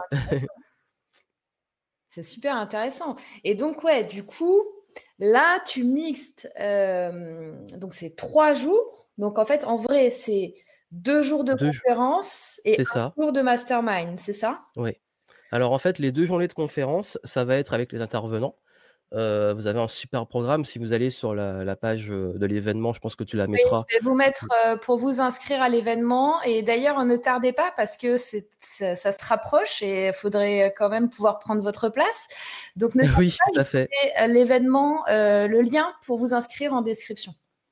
C'est super intéressant et donc ouais, du coup, là, tu mixtes, donc c'est 3 jours. Donc en fait, en vrai, c'est 2 jours de
2 jours,
conférence et
c'est
un
ça,
jour de mastermind, c'est ça?
oui. Alors en fait, les 2 journées de conférence, ça va être avec les intervenants. Vous avez un super programme. Si vous allez sur la page, de l'événement, je pense que tu la
Oui,
mettras.
je vais vous mettre pour vous inscrire à l'événement. Et d'ailleurs, ne tardez pas parce que ça se rapproche et il faudrait quand même pouvoir prendre votre place. Donc, ne tardez
Oui,
pas,
tout
je
à fait.
vous mets l'événement, le lien pour vous inscrire en description.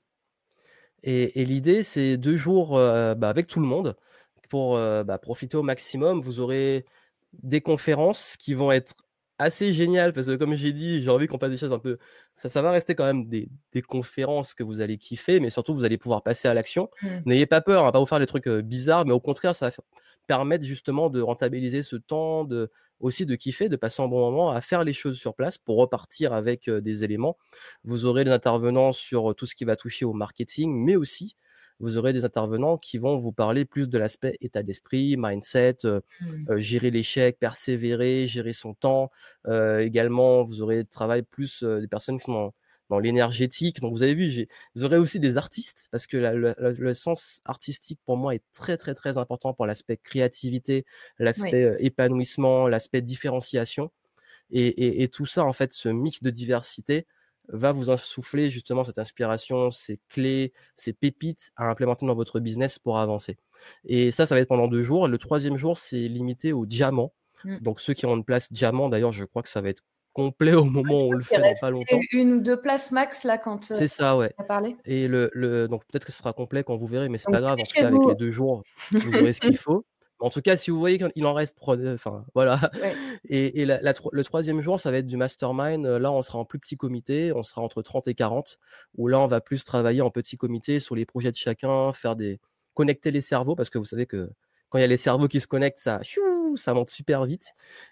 Et l'idée, c'est 2 jours, avec tout le monde pour, profiter au maximum. Vous aurez des conférences qui vont être assez géniales parce que comme j'ai dit, j'ai envie qu'on fasse des choses un peu ça va rester quand même des conférences que vous allez kiffer, mais surtout vous allez pouvoir passer à l'action.
Mmh.
N'ayez pas peur, on va pas vous faire des trucs, bizarres, mais au contraire, ça va permettre justement de rentabiliser ce temps, aussi de kiffer, de passer un bon moment à faire les choses sur place pour repartir avec, des éléments. Vous aurez des intervenants sur, tout ce qui va toucher au marketing, mais aussi vous aurez des intervenants qui vont vous parler plus de l'aspect état d'esprit, mindset,
Mmh.
gérer l'échec, persévérer, gérer son temps. Également, vous aurez le travail plus, des personnes qui sont dans l'énergétique. Donc vous avez vu, vous aurez aussi des artistes parce que le sens artistique pour moi est très, très, très important pour l'aspect créativité,
Oui.
l'aspect, épanouissement, l'aspect différenciation et tout ça, en fait, ce mix de diversité va vous insuffler justement cette inspiration, ces clés, ces pépites à implémenter dans votre business pour avancer. Et ça va être pendant 2 jours. Le troisième jour, c'est limité aux diamants.
Mmh.
Donc ceux qui ont une place diamant, d'ailleurs, je crois que ça va être complet au moment où on le
Il
fait dans pas
restait
longtemps.
1 ou 2 places max là quand,
C'est ça, ouais.
on a parlé.
Et le donc peut-être que ce sera complet quand vous verrez, mais c'est
Donc
pas grave. En tout cas, avec
dépêchez-vous.
les 2 jours, vous aurez ce qu'il faut. En tout cas, si vous voyez qu'il en reste, prenez enfin voilà.
Ouais.
Et le troisième jour, ça va être du mastermind. Là, on sera en plus petit comité, on sera entre 30 et 40, où là, on va plus travailler en petit comité sur les projets de chacun, connecter les cerveaux parce que vous savez que quand il y a les cerveaux qui se connectent, ça monte super vite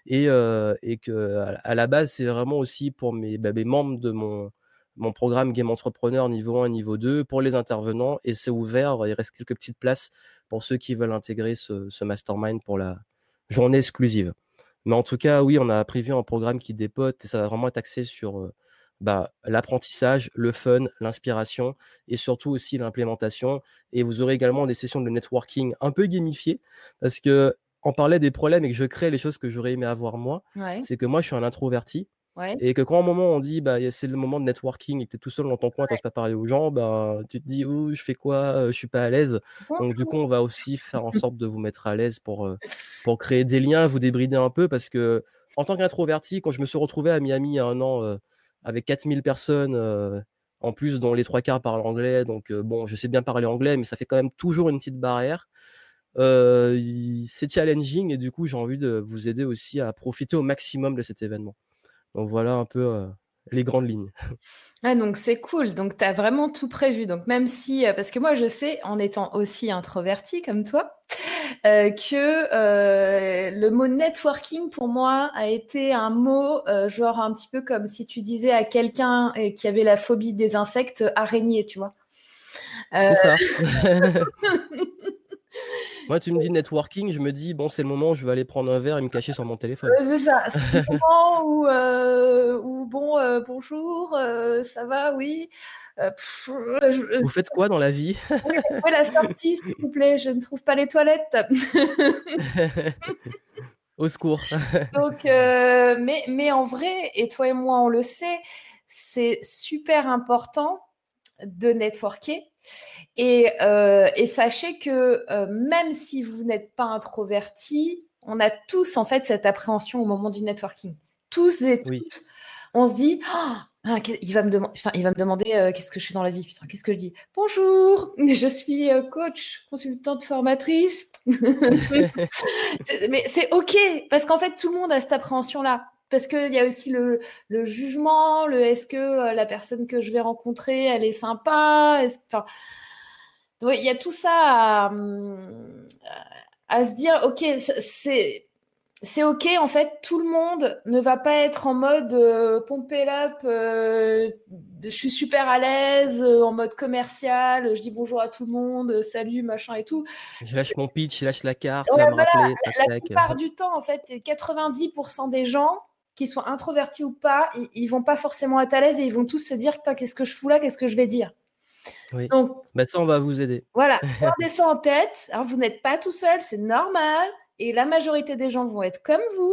et qu'à la base, c'est vraiment aussi pour mes membres de mon programme Game Entrepreneur niveau 1 niveau 2 pour les intervenants et c'est ouvert, il reste quelques petites places pour ceux qui veulent intégrer ce mastermind pour la journée exclusive. Mais en tout cas, oui, on a prévu un programme qui dépote et ça va vraiment être axé sur, l'apprentissage, le fun, l'inspiration et surtout aussi l'implémentation et vous aurez également des sessions de networking un peu gamifiées parce qu'on parlait des problèmes et que je crée les choses que j'aurais aimé avoir moi.
Ouais.
C'est que moi, je suis un introverti
Ouais.
et que quand à un moment on dit: c'est le moment de networking» et que tu es tout seul dans ton coin, tu
Ouais.
oses pas parler aux gens, tu te dis: «Ouh, je fais quoi? Je suis pas à l'aise». Donc du coup,
Bonjour.
on va aussi faire en sorte de vous mettre à l'aise pour créer des liens, vous débrider un peu parce qu'en tant qu'introverti, quand je me suis retrouvé à Miami il y a 1 an, avec 4 000 personnes, en plus dont les 3 quarts parlent anglais, donc bon, je sais bien parler anglais, mais ça fait quand même toujours une petite barrière. I C'est challenging et du coup, j'ai envie de vous aider aussi à profiter au maximum de cet événement. Donc voilà un peu, les grandes lignes.
Ah donc c'est cool, donc tu as vraiment tout prévu. Donc même si, parce que moi je sais, en étant aussi introvertie comme toi, que, le mot networking pour moi a été un mot, genre un petit peu comme si tu disais à quelqu'un, qui avait la phobie des insectes, araignée, tu vois? Heu,
C'est ça. Moi, tu me dis networking, je me dis: «Bon, c'est le moment où je vais aller prendre un verre et me cacher sur mon téléphone».
c'est ça, c'est le moment où bon, bonjour, ça va? Oui, je
Vous faites quoi dans la vie?
où est la sortie s'il vous plaît? Je ne trouve pas les toilettes.
Au secours.
Donc, mais en vrai, et toi et moi, on le sait, c'est super important de networker. Et sachez que même si vous n'êtes pas introverti, on a tous en fait cette appréhension au moment du networking. Tous et
Oui.
toutes, on se dit ah, il va me demander, putain, il va me demander qu'est-ce que je fais dans la vie, putain, qu'est-ce que je dis? Bonjour, je suis coach, consultante formatrice. Mais c'est OK, parce qu'en fait, tout le monde a cette appréhension-là. Parce qu'il y a aussi le jugement, est-ce que la personne que je vais rencontrer, elle est sympa? Enfin, oui, il y a tout ça à se dire, OK, c'est OK, en fait, tout le monde ne va pas être en mode pump it up, je suis super à l'aise, en mode commercial, je dis bonjour à tout le monde, salut, machin et tout.
Je lâche mon pitch, je lâche la carte, il
Ouais,
va me
voilà,
rappeler, tac
la
tac.
plupart du temps, en fait, 90% des gens, qu'ils soient introvertis ou pas, ils vont pas forcément être à l'aise et ils vont tous se dire: «Putain, qu'est-ce que je fous là? Qu'est-ce que je vais dire?»
Oui.
Donc
Bah, ça, on va vous aider.
voilà, gardez ça en tête, hein, vous n'êtes pas tout seul, c'est normal et la majorité des gens vont être comme vous.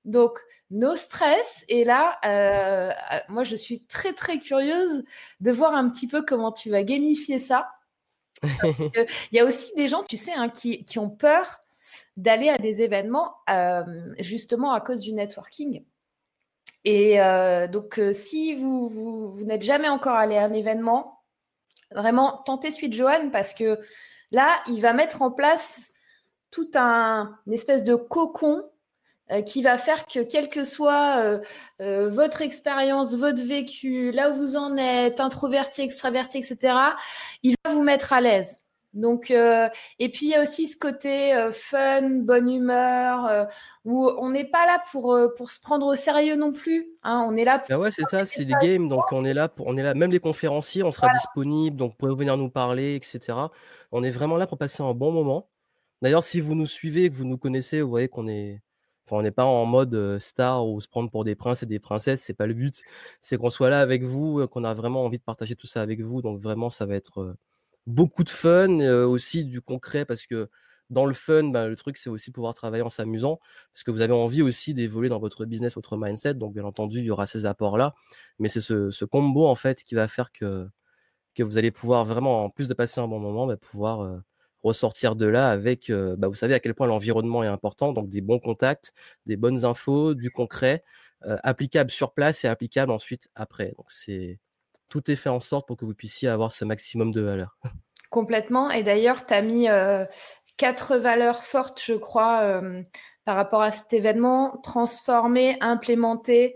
Donc, no stress. Et là, moi, je suis très, très curieuse de voir un petit peu comment tu vas gamifier ça. Il y a aussi des gens, tu sais, hein, qui ont peur d'aller à des événements justement à cause du networking. Et donc, si vous n'êtes jamais encore allé à un événement, vraiment, tentez celui de Johan parce que là, il va mettre en place tout une espèce de cocon qui va faire que quelle que soit votre expérience, votre vécu, là où vous en êtes, introverti, extraverti, etc., il va vous mettre à l'aise. Donc, et puis il y a aussi ce côté fun, bonne humeur, où on n'est pas là pour se prendre au sérieux non plus. Hein, on est là pour
Bah ouais, c'est ça, c'est des games, donc on est là même les conférenciers, on sera disponible, donc vous pouvez venir nous parler et cetera. On est vraiment là pour passer un bon moment. D'ailleurs, si vous nous suivez et que vous nous connaissez, vous voyez on n'est pas en mode, star ou se prendre pour des princes et des princesses, c'est pas le but. C'est qu'on soit là avec vous, qu'on a vraiment envie de partager tout ça avec vous, donc vraiment ça va être, beaucoup de fun, aussi du concret parce que dans le fun, bah, le truc c'est aussi pouvoir travailler en s'amusant parce que vous avez envie aussi d'évoluer dans votre business, votre mindset, donc bien entendu, il y aura ces apports-là, mais c'est ce combo en fait qui va faire que vous allez pouvoir vraiment, en plus de passer un bon moment, bah, pouvoir, ressortir de là avec, bah, vous savez à quel point l'environnement est important, donc des bons contacts, des bonnes infos, du concret, applicable sur place et applicable ensuite après. Donc tout est fait en sorte pour que vous puissiez avoir ce maximum de valeur.
complètement. Et d'ailleurs, tu as mis 4 valeurs fortes, je crois, par rapport à cet événement: transformer, implémenter,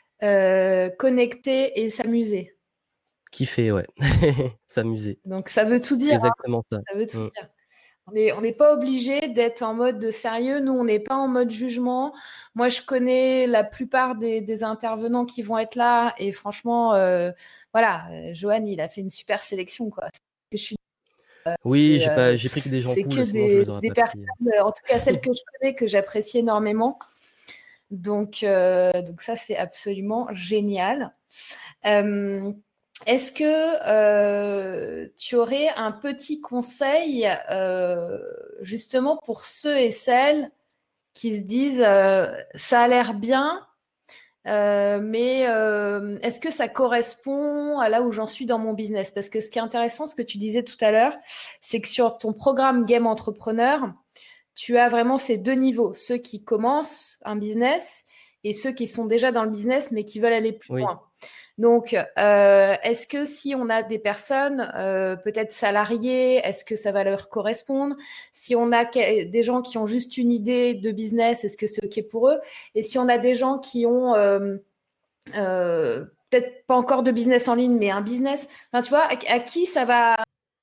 connecter et s'amuser.
Kiffer, ouais. S'amuser.
Donc, ça veut tout
C'est
dire. Hein,
exactement ça.
ça veut tout
Mmh.
dire. On n'est pas obligé d'être en mode de sérieux. Nous, on n'est pas en mode jugement. Moi, je connais la plupart des intervenants qui vont être là. Et franchement, voilà, Johan, il a fait une super sélection, quoi. Je suis,
Oui, j'ai pris que des gens
c'est que
cool, sinon je les aurais
des
pas
personnes,
pris.
en tout cas celles que je connais, que j'apprécie énormément. Donc ça, c'est absolument génial. Euh, Est-ce que tu aurais un petit conseil justement pour ceux et celles qui se disent ça a l'air bien, mais est-ce que ça correspond à là où j'en suis dans mon business? Parce que ce qui est intéressant, ce que tu disais tout à l'heure, c'est que sur ton programme Game Entrepreneur, tu as vraiment ces deux niveaux, ceux qui commencent un business et ceux qui sont déjà dans le business mais qui veulent aller plus
Oui.
loin. Donc, est-ce que si on a des personnes peut-être salariées, est-ce que ça va leur correspondre? Si on a des gens qui ont juste une idée de business, est-ce que c'est OK pour eux? Et si on a des gens qui ont peut-être pas encore de business en ligne, mais un business, enfin, tu vois, à qui ça va,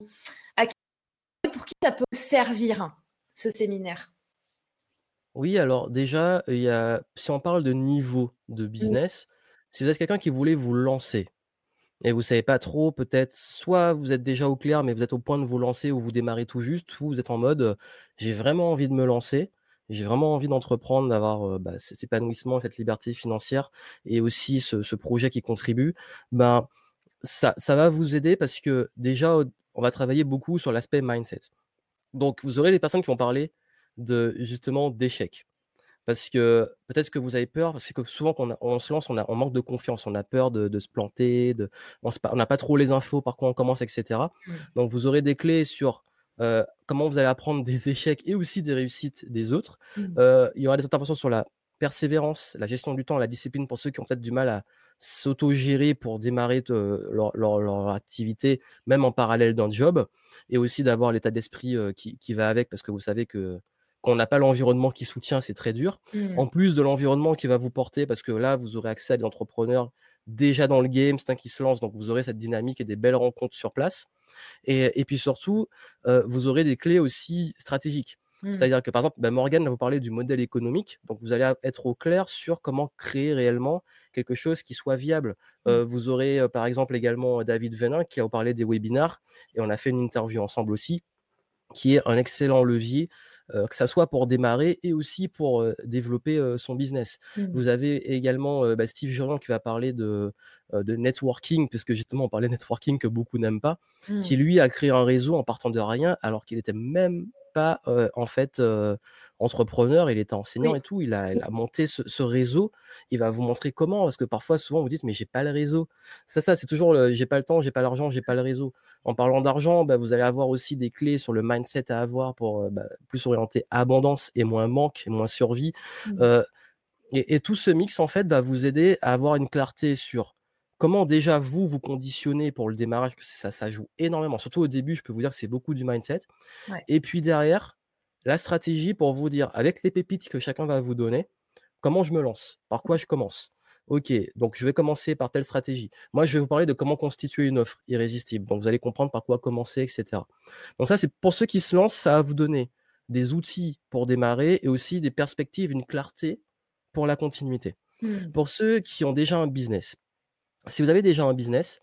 pour qui ça peut servir, ce séminaire?
Oui, alors déjà, si on parle de niveau de
Mmh.
business, si vous êtes quelqu'un qui voulait vous lancer et vous savez pas trop, peut-être soit vous êtes déjà au clair, mais vous êtes au point de vous lancer ou vous démarrez tout juste, ou vous êtes en mode, «J'ai vraiment envie de me lancer, j'ai vraiment envie d'entreprendre, d'avoir, bah, cet épanouissement, cette liberté financière et aussi ce projet qui contribue». Ben, ça va vous aider parce que déjà, on va travailler beaucoup sur l'aspect mindset. Donc vous aurez des personnes qui vont parler de justement d'échecs. Parce que peut-être que vous avez peur, c'est que souvent quand on se lance, on manque de confiance, on a peur de se planter, on n'a pas trop les infos, par quoi on commence et cetera.
Mmh.
Donc vous aurez des clés sur, comment vous allez apprendre des échecs et aussi des réussites des autres.
Mmh.
Il y aura des interventions sur la persévérance, la gestion du temps, la discipline pour ceux qui ont peut-être du mal à s'autogérer pour démarrer leur activité, même en parallèle d'un job et aussi d'avoir l'état d'esprit, qui va avec parce que vous savez que quand on n'a pas l'environnement qui soutient, c'est très dur.
Mmh.
En plus de l'environnement qui va vous porter, parce que là, vous aurez accès à des entrepreneurs déjà dans le game, certains qui se lancent, donc vous aurez cette dynamique et des belles rencontres sur place. Et puis surtout, vous aurez des clés aussi stratégiques.
Mmh.
C'est-à-dire que, par exemple, bah, Morgane va vous parler du modèle économique, donc vous allez être au clair sur comment créer réellement quelque chose qui soit viable.
Mmh.
Vous aurez, par exemple, également David Venin qui va vous parler des webinars et on a fait une interview ensemble aussi qui est un excellent levier, que ça soit pour démarrer et aussi pour, développer, son business.
Mmh.
Vous avez également, bah, Steve Jurien qui va parler de networking, puisque justement on parlait networking que beaucoup n'aiment pas,
Mmh.
qui lui a créé un réseau en partant de rien, alors qu'il était même pas, en fait, entrepreneur, il était enseignant
Oui.
et tout. Il a monté ce réseau. Il va vous montrer comment, parce que parfois, souvent, vous dites: «Mais j'ai pas le réseau». C'est ça, c'est toujours le: «J'ai pas le temps, j'ai pas l'argent, j'ai pas le réseau». En parlant d'argent, bah, vous allez avoir aussi des clés sur le mindset à avoir pour, bah, plus orienter abondance et moins manque et moins survie.
Mmh.
Heu et tout ce mix, en fait, va vous aider à avoir une clarté sur comment déjà vous, vous conditionnez pour le démarrage, que ça joue énormément. Surtout au début, je peux vous dire que c'est beaucoup du mindset
Ouais.
et puis derrière, la stratégie pour vous dire, avec les pépites que chacun va vous donner, comment je me lance? Par quoi je commence? OK, donc je vais commencer par telle stratégie. Moi, je vais vous parler de comment constituer une offre irrésistible. Donc vous allez comprendre par quoi commencer et cetera. Donc ça, c'est pour ceux qui se lancent, ça va vous donner des outils pour démarrer et aussi des perspectives, une clarté pour la continuité.
Mmh.
Pour ceux qui ont déjà un business, si vous avez déjà un business,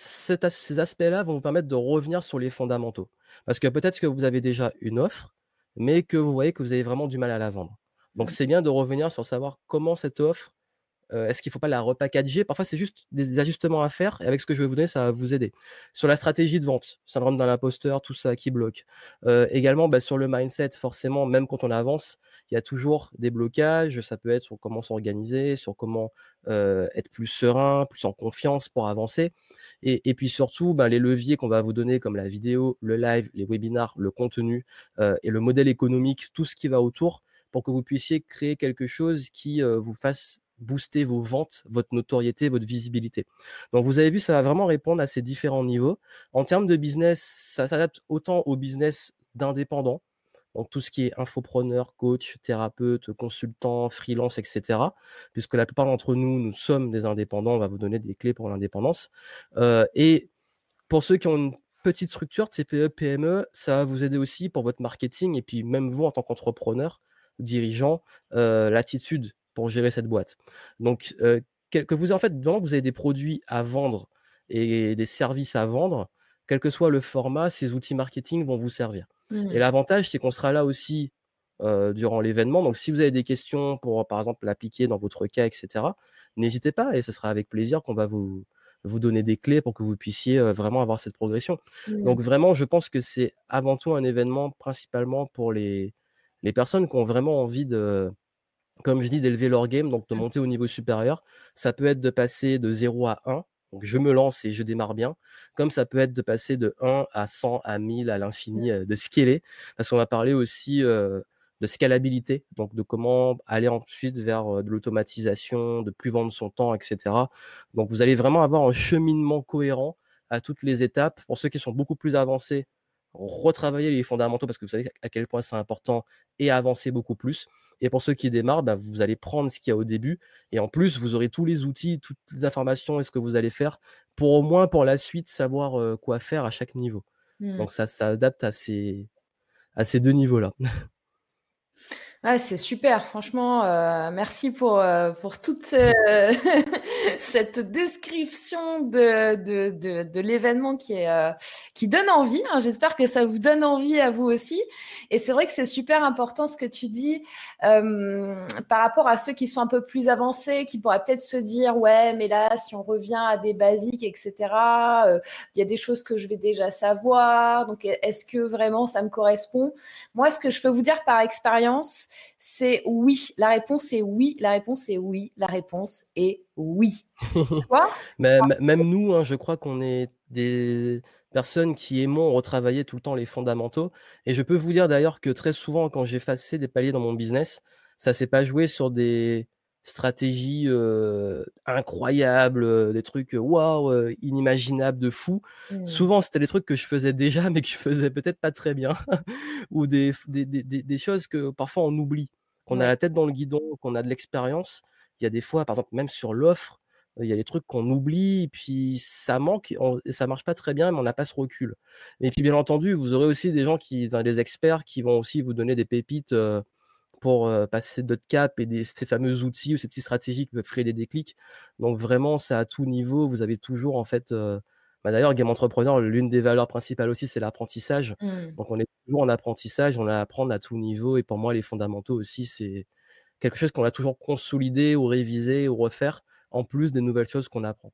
ces aspects-là vont vous permettre de revenir sur les fondamentaux. Parce que peut-être que vous avez déjà une offre, mais que vous voyez que vous avez vraiment du mal à la vendre. Donc
Mmh.
c'est bien de revenir sur savoir comment cette offre, est-ce qu'il ne faut pas la repackager? Parfois, c'est juste des ajustements à faire et avec ce que je vais vous donner, ça va vous aider. Sur la stratégie de vente, syndrome de l'imposteur, tout ça qui bloque. Également, bah, sur le mindset, forcément, même quand on avance, il y a toujours des blocages. Ça peut être sur comment s'organiser, sur comment, être plus serein, plus en confiance pour avancer et puis surtout, bah, les leviers qu'on va vous donner comme la vidéo, le live, les webinars, le contenu, et le modèle économique, tout ce qui va autour pour que vous puissiez créer quelque chose qui, vous fasse booster vos ventes, votre notoriété, votre visibilité. Donc vous avez vu, ça va vraiment répondre à ces différents niveaux. En termes de business, ça s'adapte autant au business d'indépendants, donc tout ce qui est infopreneur, coach, thérapeute, consultant, freelance, et cetera. Puisque la plupart d'entre nous, nous sommes des indépendants, on va vous donner des clés pour l'indépendance. Et pour ceux qui ont une petite structure, TPE, PME, ça va vous aider aussi pour votre marketing et puis même vous en tant qu'entrepreneur, dirigeant, l'attitude pour gérer cette boîte. Donc, que vous en fait, vraiment que vous avez des produits à vendre et des services à vendre, quel que soit le format, ces outils marketing vont vous servir. Et
Mmh.
l'avantage, c'est qu'on sera là aussi, durant l'événement. Donc si vous avez des questions pour, par exemple, l'appliquer dans votre cas et cetera, n'hésitez pas et ce sera avec plaisir qu'on va vous donner des clés pour que vous puissiez, vraiment avoir cette progression.
Mmh.
Donc vraiment, je pense que c'est avant tout un événement principalement pour les personnes qui ont vraiment envie de, comme je dis, d'élever leur game, donc de
Mmh.
monter au niveau supérieur. Ça peut être de passer de 0 à 1, donc je me lance et je démarre bien, comme ça peut être de passer de 1 à 100, à 1000, à l'infini, de scaler. Parce qu'on va parler aussi, de scalabilité, donc de comment aller ensuite vers, de l'automatisation, de plus vendre son temps et cetera. Donc vous allez vraiment avoir un cheminement cohérent à toutes les étapes. Pour ceux qui sont beaucoup plus avancés, retravailler les fondamentaux parce que vous savez à quel point c'est important et avancer beaucoup plus. Et pour ceux qui démarrent, bah, vous allez prendre ce qu'il y a au début et en plus, vous aurez tous les outils, toutes les informations et ce que vous allez faire pour au moins pour la suite savoir, quoi faire à chaque niveau.
Mmh.
Donc ça s'adapte à ces 2 niveaux-là.
Ouais, c'est super. Franchement, merci pour toute, cette description de l'événement qui donne envie, hein. J'espère que ça vous donne envie à vous aussi et c'est vrai que c'est super important ce que tu dis, par rapport à ceux qui sont un peu plus avancés, qui pourraient peut-être se dire: «Ouais, mais là, si on revient à des basiques et cetera, il y a des choses que je vais déjà savoir, donc est-ce que vraiment ça me correspond?» Moi, ce que je peux vous dire par expérience, c'est oui. La réponse est oui. La réponse est oui. La réponse est oui. Pourquoi?
Même nous, hein, je crois qu'on est des personnes qui aimons retravailler tout le temps les fondamentaux et je peux vous dire d'ailleurs que très souvent quand j'ai effacé des paliers dans mon business, ça s'est pas joué sur des stratégies, incroyables, des trucs, waouh, inimaginables de fou.
Mmh.
Souvent, c'était des trucs que je faisais déjà, mais que je faisais peut-être pas très bien ou des choses que parfois on oublie. Qu'on a
Ouais.
la tête dans le guidon, qu'on a de l'expérience. Il y a des fois, par exemple, même sur l'offre, il y a des trucs qu'on oublie et puis ça manque, et ça marche pas très bien, mais on n'a pas ce recul. Et puis, bien entendu, vous aurez aussi des gens des experts qui vont aussi vous donner des pépites, pour, passer d'autres caps et ces fameux outils ou ces petites stratégies qui peuvent créer des déclics. Donc vraiment, c'est à tout niveau. Vous avez toujours en fait, bah, d'ailleurs, Game Entrepreneur, l'une des valeurs principales aussi, c'est l'apprentissage.
Mmh.
Donc on est toujours en apprentissage, on a à apprendre à tout niveau et pour moi, les fondamentaux aussi, c'est quelque chose qu'on a toujours consolidé ou révisé ou refaire, en plus des nouvelles choses qu'on apprend.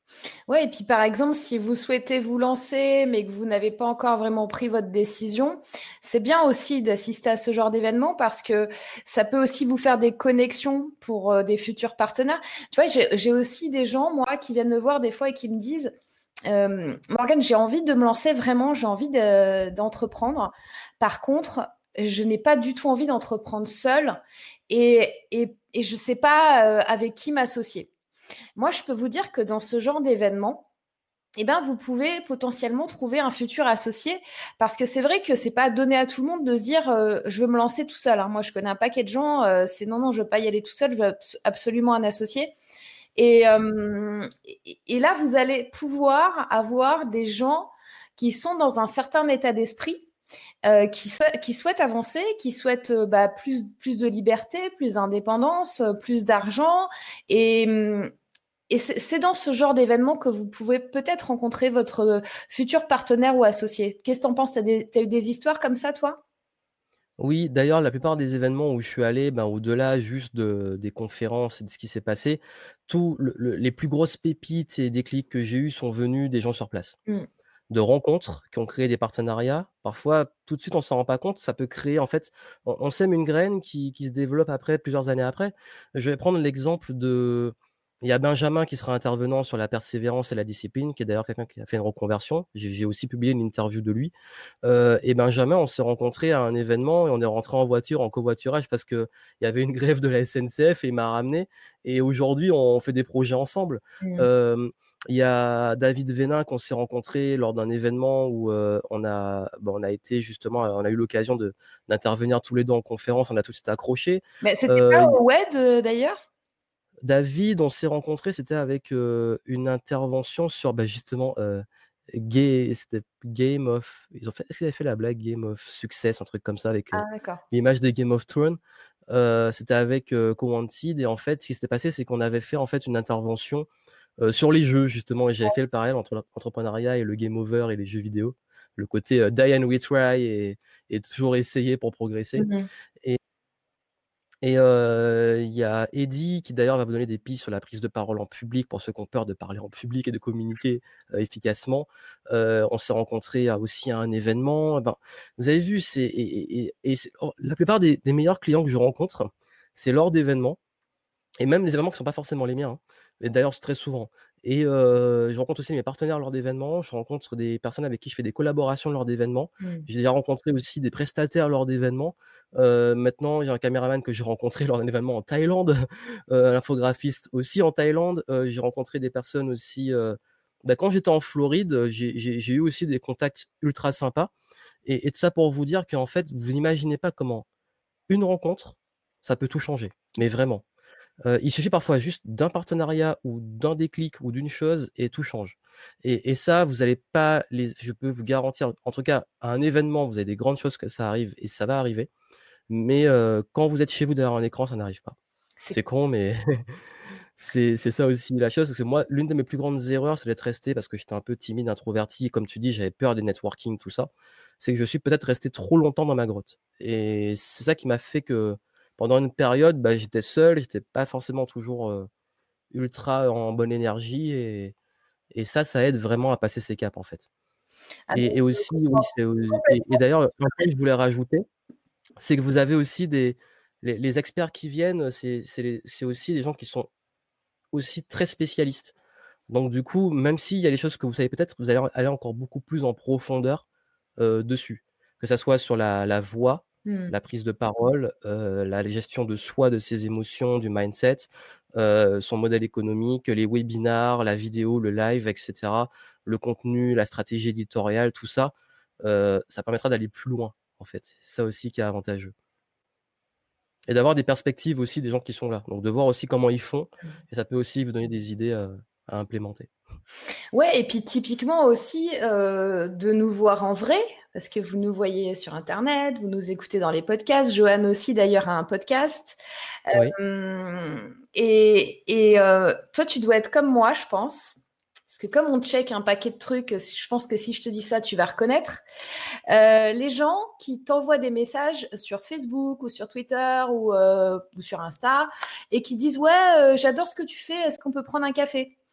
Ouais, et puis par exemple, si vous souhaitez vous lancer, mais que vous n'avez pas encore vraiment pris votre décision, c'est bien aussi d'assister à ce genre d'événement parce que ça peut aussi vous faire des connexions pour des futurs partenaires. Tu vois, j'ai aussi des gens, moi, qui viennent me voir des fois et qui me disent, Morgane, j'ai envie de me lancer vraiment, j'ai envie d'entreprendre. Par contre, je n'ai pas du tout envie d'entreprendre seule et je ne sais pas avec qui m'associer. Moi, je peux vous dire que dans ce genre d'événement, eh ben, vous pouvez potentiellement trouver un futur associé parce que c'est vrai que c'est pas donné à tout le monde de se dire je veux me lancer tout seul. Hein. Moi, je connais un paquet de gens, c'est non, non, je veux pas y aller tout seul, je veux absolument un associé. Et là, vous allez pouvoir avoir des gens qui sont dans un certain état d'esprit, qui souhaitent avancer, qui souhaitent plus de liberté, plus d'indépendance, plus d'argent. Et, hum, et c'est dans ce genre d'événement que vous pouvez peut-être rencontrer votre futur partenaire ou associé. Qu'est-ce que t'en penses? T'as eu des histoires comme ça, toi?
Oui, d'ailleurs, la plupart des événements où je suis allé, ben, au-delà juste des conférences et de ce qui s'est passé, tous les plus grosses pépites et déclics que j'ai eus sont venus des gens sur place.
Mm.
De rencontres qui ont créé des partenariats. Parfois, tout de suite, on s'en rend pas compte, ça peut créer en fait, on sème une graine qui se développe après, plusieurs années après. Je vais prendre l'exemple de il y a Benjamin qui sera intervenant sur la persévérance et la discipline, qui est d'ailleurs quelqu'un qui a fait une reconversion. J'ai aussi publié une interview de lui. Et Benjamin, on s'est rencontrés à un événement et on est rentrés en voiture, en covoiturage parce qu'il y avait une grève de la SNCF et il m'a ramené et aujourd'hui, on fait des projets ensemble.
Mm.
Hem, il y a David Vénin qu'on s'est rencontré lors d'un événement où, on a été justement, on a eu l'occasion d'intervenir tous les 2 en conférence, on a tout de suite accroché.
Mais c'était pas
Heu,
au WED d'ailleurs?
David, on s'est rencontrés, c'était avec, une intervention sur, justement, c'était Game of ils ont fait est-ce qu'ils avaient fait la blague Game of Success, un truc comme ça avec,
Ah, d'accord.
l'image des Game of Thrones. C'était avec, Cowanted et en fait, ce qui s'était passé, c'est qu'on avait fait, en fait, une intervention, sur les jeux justement et j'avais fait le parallèle entre l'entrepreneuriat et le game over et les jeux vidéo. Le côté, die and retry et toujours essayer pour progresser.
Mhm.
Il y a Eddy qui d'ailleurs va vous donner des pistes sur la prise de parole en public pour ceux qui ont peur de parler en public et de communiquer, efficacement. On s'est rencontrés à aussi à un événement. Ben, vous avez vu, c'est la plupart des meilleurs clients que je rencontre, c'est lors d'événements et même des événements qui sont pas forcément les miens, hein, et d'ailleurs c'est très souvent je rencontre aussi mes partenaires lors d'événements, je rencontre des personnes avec qui je fais des collaborations lors d'événements.
Mm.
J'ai déjà rencontré aussi des prestataires lors d'événements. Maintenant, il y a un caméraman que j'ai rencontré lors d'un événement en Thaïlande, un infographiste aussi en Thaïlande. J'ai rencontré des personnes aussi, quand j'étais en Floride, j'ai eu aussi des contacts ultra sympas et tout ça pour vous dire qu'en fait, vous imaginez pas comment une rencontre, ça peut tout changer, mais vraiment. Il suffit parfois juste d'un partenariat ou d'un déclic ou d'une chose et tout change et ça, vous allez pas les je peux vous garantir, en tout cas, à un événement, vous avez des grandes choses que ça arrive et ça va arriver, mais quand vous êtes chez vous derrière un écran, ça n'arrive pas.
C'est
C'est con, mais c'est ça aussi la chose, parce que moi, l'une de mes plus grandes erreurs, c'est d'être resté parce que j'étais un peu timide, introverti, comme tu dis, j'avais peur des networking, tout ça. C'est que je suis peut-être resté trop longtemps dans ma grotte et c'est ça qui m'a fait que pendant une période, j'étais seul, j'étais pas forcément toujours, ultra en bonne énergie et ça aide vraiment à passer ces caps, en fait.
Ah, mais
Et
je
aussi, oui,
comprends
c'est et
complètement.
d'ailleurs, un point que je voulais rajouter, c'est que vous avez aussi les experts qui viennent, c'est aussi des gens qui sont aussi très spécialistes. Donc du coup, même s'il y a des choses que vous savez peut-être, vous allez aller encore beaucoup plus en profondeur, dessus. Que ça soit sur la voix,
Mm.
la prise de parole, la gestion de soi, de ses émotions, du mindset, son modèle économique, les webinars, la vidéo, le live et cetera, le contenu, la stratégie éditoriale, tout ça, ça permettra d'aller plus loin, en fait. C'est ça aussi qui est avantageux et d'avoir des perspectives aussi des gens qui sont là. Donc de voir aussi comment ils font et ça peut aussi vous donner des idées, à implémenter.
Ouais, et puis typiquement aussi de nous voir en vrai, parce que vous nous voyez sur Internet, vous nous écoutez dans les podcasts. Johan aussi d'ailleurs a un podcast.
Oui.
Toi, tu dois être comme moi, je pense. Parce que comme on check un paquet de trucs, je pense que si je te dis ça, tu vas reconnaître. Les gens qui t'envoient des messages sur Facebook ou sur Twitter ou sur Insta et qui disent ouais, j'adore ce que tu fais, est-ce qu'on peut prendre un café?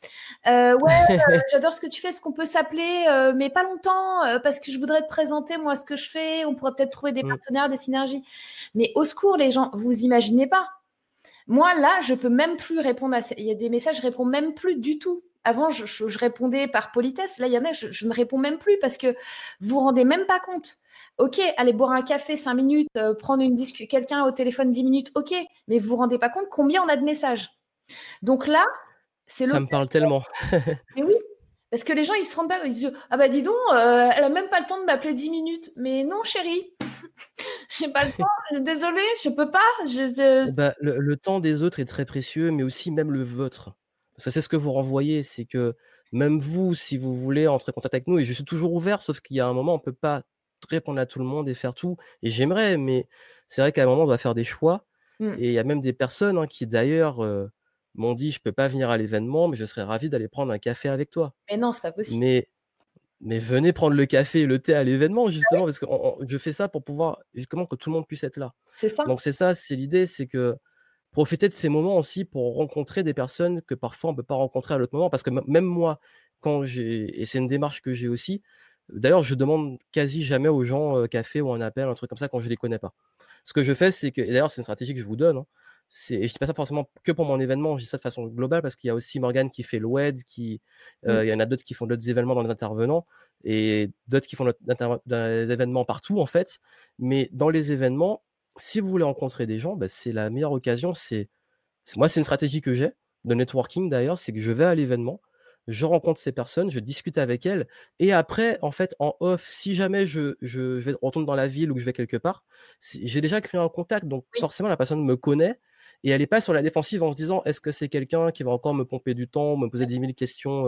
Ouais, j'adore ce que tu fais. Est-ce qu'on peut s'appeler, mais pas longtemps, parce que je voudrais te présenter moi ce que je fais. On pourrait peut-être trouver des
Mmh.
partenaires, des synergies. Mais au secours, les gens, vous imaginez pas. Moi, là, je peux même plus répondre il y a des messages, je réponds même plus du tout. Avant, je répondais par politesse. Là, il y en a, je ne réponds même plus parce que vous vous rendez même pas compte. Ok, aller boire un café 5 minutes, prendre quelqu'un au téléphone 10 minutes, ok, mais vous vous rendez pas compte combien on a de messages. Donc là, c'est
Ça me
l'occasion.
parle tellement.
Mais oui, parce que les gens, ils se rendent pas, ils disent, ah bah dis donc, elle a même pas le temps de m'appeler 10 minutes. Mais non, chérie, j'ai pas le temps, désolée, je peux pas.
Bah, le temps des autres est très précieux, mais aussi même le vôtre. Parce que c'est ce que vous renvoyez, c'est que même vous, si vous voulez entrer en contact avec nous et je suis toujours ouvert, sauf qu'il y a un moment, on peut pas répondre à tout le monde et faire tout et j'aimerais, mais c'est vrai qu'à un moment, on doit faire des choix
Hmm.
et il y a même des personnes, hein, qui d'ailleurs, m'ont dit: «Je peux pas venir à l'événement, mais je serais ravi d'aller prendre un café avec toi».
Mais non, c'est pas possible.
Mais mais venez prendre le café et le thé à l'événement justement parce que je fais ça pour pouvoir justement que tout le monde puisse être là.
C'est ça.
Donc c'est ça, c'est l'idée, c'est que profiter de ces moments aussi pour rencontrer des personnes que parfois on peut pas rencontrer à l'autre moment. Parce que même moi, quand j'ai et c'est une démarche que j'ai aussi, d'ailleurs je demande quasi jamais aux gens, café ou un appel, un truc comme ça quand je les connais pas. Ce que je fais, c'est que et d'ailleurs c'est une stratégie que je vous donne, hein, c'est et je dis pas ça forcément que pour mon événement, je dis ça de façon globale parce qu'il y a aussi Morgane qui fait le WED,
Mm.
il y en a d'autres qui font d'autres événements dans les intervenants et d'autres qui font des événements partout en fait. Mais dans les événements, si vous voulez rencontrer des gens, bah, c'est la meilleure occasion, moi, c'est une stratégie que j'ai, de networking d'ailleurs, c'est que je vais à l'événement, je rencontre ces personnes, je discute avec elles et après, en fait, en off, si jamais je retourne dans la ville ou que je vais quelque part, si j'ai déjà créé un contact, donc
Oui,
forcément la personne me connaît et elle est pas sur la défensive en se disant: «Est-ce que c'est quelqu'un qui va encore me pomper du temps, me poser 10 000 questions?»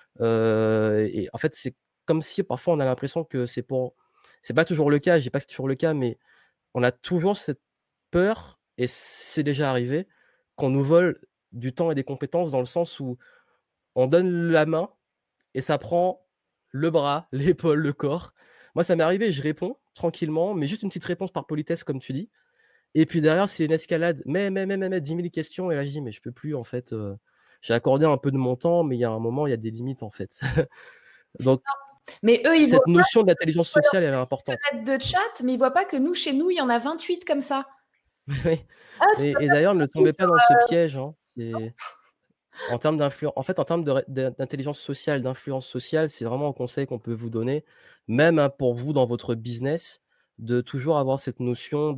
Et en fait, c'est comme si parfois on a l'impression que c'est pas toujours le cas, je dis pas que c'est toujours le cas, mais on a toujours cette peur et c'est déjà arrivé, qu'on nous vole du temps et des compétences dans le sens où on donne la main et ça prend le bras, l'épaule, le corps. Moi, ça m'est arrivé, je réponds tranquillement, mais juste une petite réponse par politesse comme tu dis et puis derrière, c'est une escalade, mais 10 000 questions et là, je dis: «Mais je peux plus en fait, j'ai accordé un peu de mon temps, mais il y a un moment, il y a des limites en fait».
c'est
Donc
ça. Mais eux, ils voient
cette notion d'intelligence
pas leur
sociale, elle est
petite
importante.
fenêtre de chat, mais ils voient pas que nous, chez nous, il y en a 28 comme ça.
Oui
Ah, tu peux
et
faire
d'ailleurs, ne
une
tombez pas dans ce piège, hein, c'est en fait, en termes d'intelligence sociale, d'influence sociale, c'est vraiment un conseil qu'on peut vous donner, même, hein, pour vous dans votre business, de toujours avoir cette notion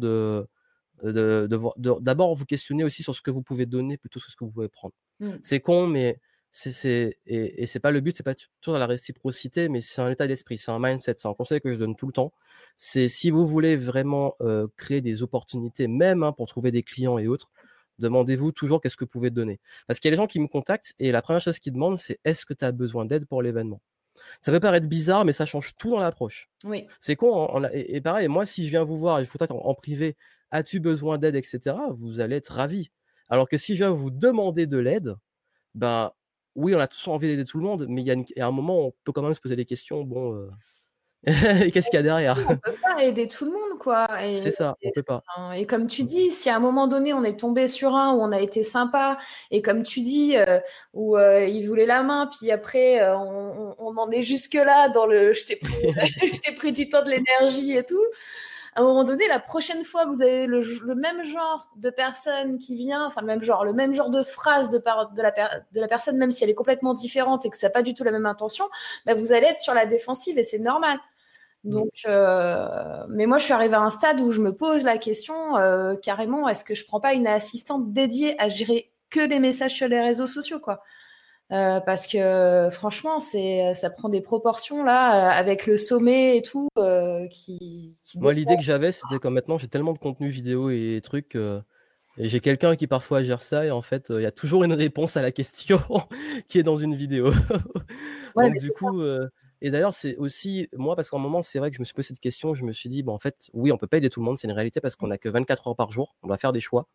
de d'abord vous questionner aussi sur ce que vous pouvez donner plutôt que ce que vous pouvez prendre.
mmh.
C'est con, mais et c'est pas le but, c'est pas toujours la réciprocité, mais c'est un état d'esprit, c'est un mindset, c'est un conseil que je donne tout le temps. C'est si vous voulez vraiment, créer des opportunités, même, hein, pour trouver des clients et autres, demandez-vous toujours qu'est-ce que vous pouvez donner. Parce qu'il y a des gens qui me contactent et la première chose qu'ils demandent, c'est: «Est-ce que tu as besoin d'aide pour l'événement?» Ça peut paraître bizarre, mais ça change tout dans l'approche.
Oui.
C'est con, hein, on a et pareil, moi, si je viens vous voir et je vous contacte en privé: «As-tu besoin d'aide?» et cetera, vous allez être ravis. Alors que si je viens vous demander de l'aide, ben, oui, on a tous envie d'aider tout le monde, mais il y a un moment, on peut quand même se poser des questions, bon, qu'est-ce qu'il y a derrière?
On peut pas aider tout le monde, quoi. Et,
C'est ça, on
et,
peut pas.
enfin, et comme tu
Mmh.
dis, si à un moment donné on est tombé sur un où on a été sympa, et comme tu dis, où il voulait la main, puis après on en est jusque là dans le je t'ai pris, je t'ai pris du temps, de l'énergie et tout. À un moment donné, la prochaine fois que vous avez le même genre de personne qui vient, enfin le même genre de phrase de la personne, même si elle est complètement différente et que ça n'a pas du tout la même intention, bah, vous allez être sur la défensive et c'est normal.
Mmh.
Donc, mais moi, je suis arrivée à un stade où je me pose la question, carrément, est-ce que je prends pas une assistante dédiée à gérer que les messages sur les réseaux sociaux, quoi. Parce que franchement, ça prend des proportions là, avec le sommet et tout, qui
Moi, l'idée que j'avais, c'était comme maintenant j'ai tellement de contenu vidéo et trucs, et j'ai quelqu'un qui parfois gère ça et en fait, il y a toujours une réponse à la question qui est dans une vidéo.
Ouais,
Donc
mais
du
c'est ça.
coup, et d'ailleurs, c'est aussi moi parce qu'à un moment, c'est vrai que je me suis posé cette question, je me suis dit: «Bah, en fait, oui, on peut pas aider tout le monde, c'est une réalité parce qu'on a que 24 heures par jour, on doit faire des choix»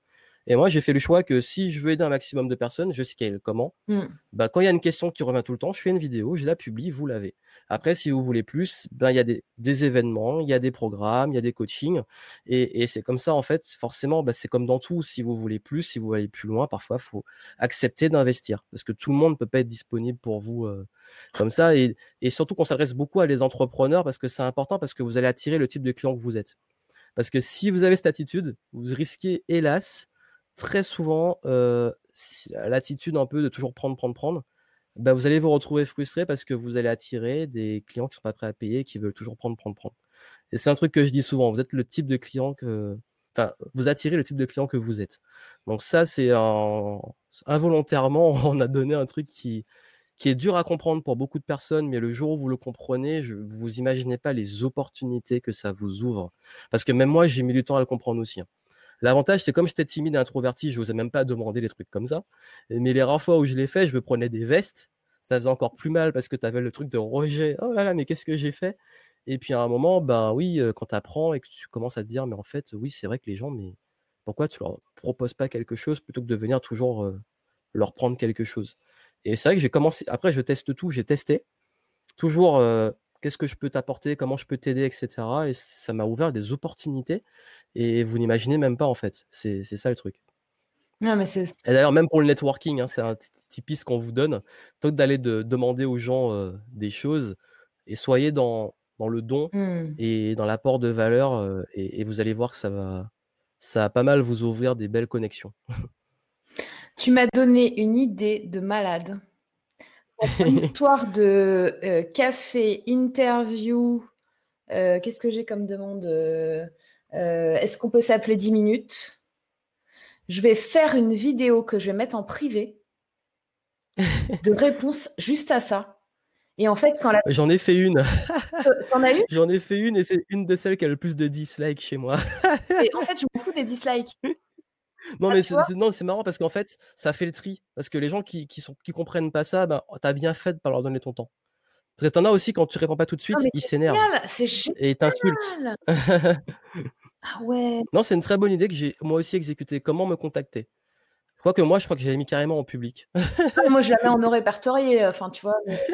Et moi, j'ai fait le choix que si je veux aider un maximum de personnes, je scale. Comment?
Mmh.
Bah, quand il y a une question qui revient tout le temps, je fais une vidéo, je la publie, vous l'avez. Après, si vous voulez plus, ben, il y a des événements, il y a des programmes, il y a des coachings. Et c'est comme ça, en fait, forcément, bah, c'est comme dans tout. Si vous voulez plus, si vous voulez aller plus loin, parfois, il faut accepter d'investir. Parce que tout le monde ne peut pas être disponible pour vous comme ça. Et surtout qu'on s'adresse beaucoup à les entrepreneurs parce que c'est important, parce que vous allez attirer le type de client que vous êtes. Parce que si vous avez cette attitude, vous risquez, hélas, très souvent, l'attitude un peu de toujours prendre, prendre, prendre, bah, vous allez vous retrouver frustré parce que vous allez attirer des clients qui sont pas prêts à payer, qui veulent toujours prendre, prendre, prendre. Et c'est un truc que je dis souvent, vous êtes le type de client que enfin, vous attirez le type de client que vous êtes. Donc ça, c'est un involontairement, on a donné un truc qui est dur à comprendre pour beaucoup de personnes, mais le jour où vous le comprenez, vous imaginez pas les opportunités que ça vous ouvre. Parce que même moi, j'ai mis du temps à le comprendre aussi, hein. L'avantage, c'est comme j'étais timide et introverti, je n'osais même pas demander des trucs comme ça. Mais les rares fois où je l'ai fait, je me prenais des vestes. Ça faisait encore plus mal parce que tu avais le truc de rejet. Oh là là, mais qu'est-ce que j'ai fait? Et puis à un moment, ben oui, quand tu apprends et que tu commences à te dire, mais en fait, oui, c'est vrai que les gens, mais pourquoi tu leur proposes pas quelque chose plutôt que de venir toujours leur prendre quelque chose? Et c'est vrai que j'ai commencé, après, je teste tout, j'ai testé toujours, qu'est-ce que je peux t'apporter? Comment je peux t'aider? Et cetera, et ça m'a ouvert des opportunités et vous n'imaginez même pas, en fait. C'est ça le truc.
Non, mais c'est
Et d'ailleurs, même pour le networking, hein, c'est un petit piste qu'on vous donne. Plutôt que d'aller demander aux gens, des choses, et soyez dans le don
mmh.
et dans l'apport de valeur, et vous allez voir que ça va pas mal vous ouvrir des belles connexions.
Tu m'as donné une idée de malade. Pour ton histoire de, café, interview, qu'est-ce que j'ai comme demande? Est-ce qu'on peut s'appeler 10 minutes? Je vais faire une vidéo que je vais mettre en privé de réponse juste à ça et en fait, quand la
J'en ai fait une.
tu as eu?
J'en ai fait une et c'est une de celles qui a le plus de dislikes chez moi.
Et en fait, je m'en fous des dislikes.
Non,
Ah,
mais
tu vois?
non, c'est marrant parce qu'en fait, ça fait le tri. Parce que les gens qui comprennent pas ça, ben, tu as bien fait de pas leur donner ton temps. Parce que tu en as aussi, quand tu réponds pas tout de
Non,
suite,
mais
ils s'énervent
c'est
et ils t'insultent.
génial! Ah ouais.
Non, c'est une très bonne idée que j'ai moi aussi exécutée. Comment me contacter? Je crois que j'avais mis carrément en public.
Ah, moi, je la mets en non répertorié, enfin, tu vois?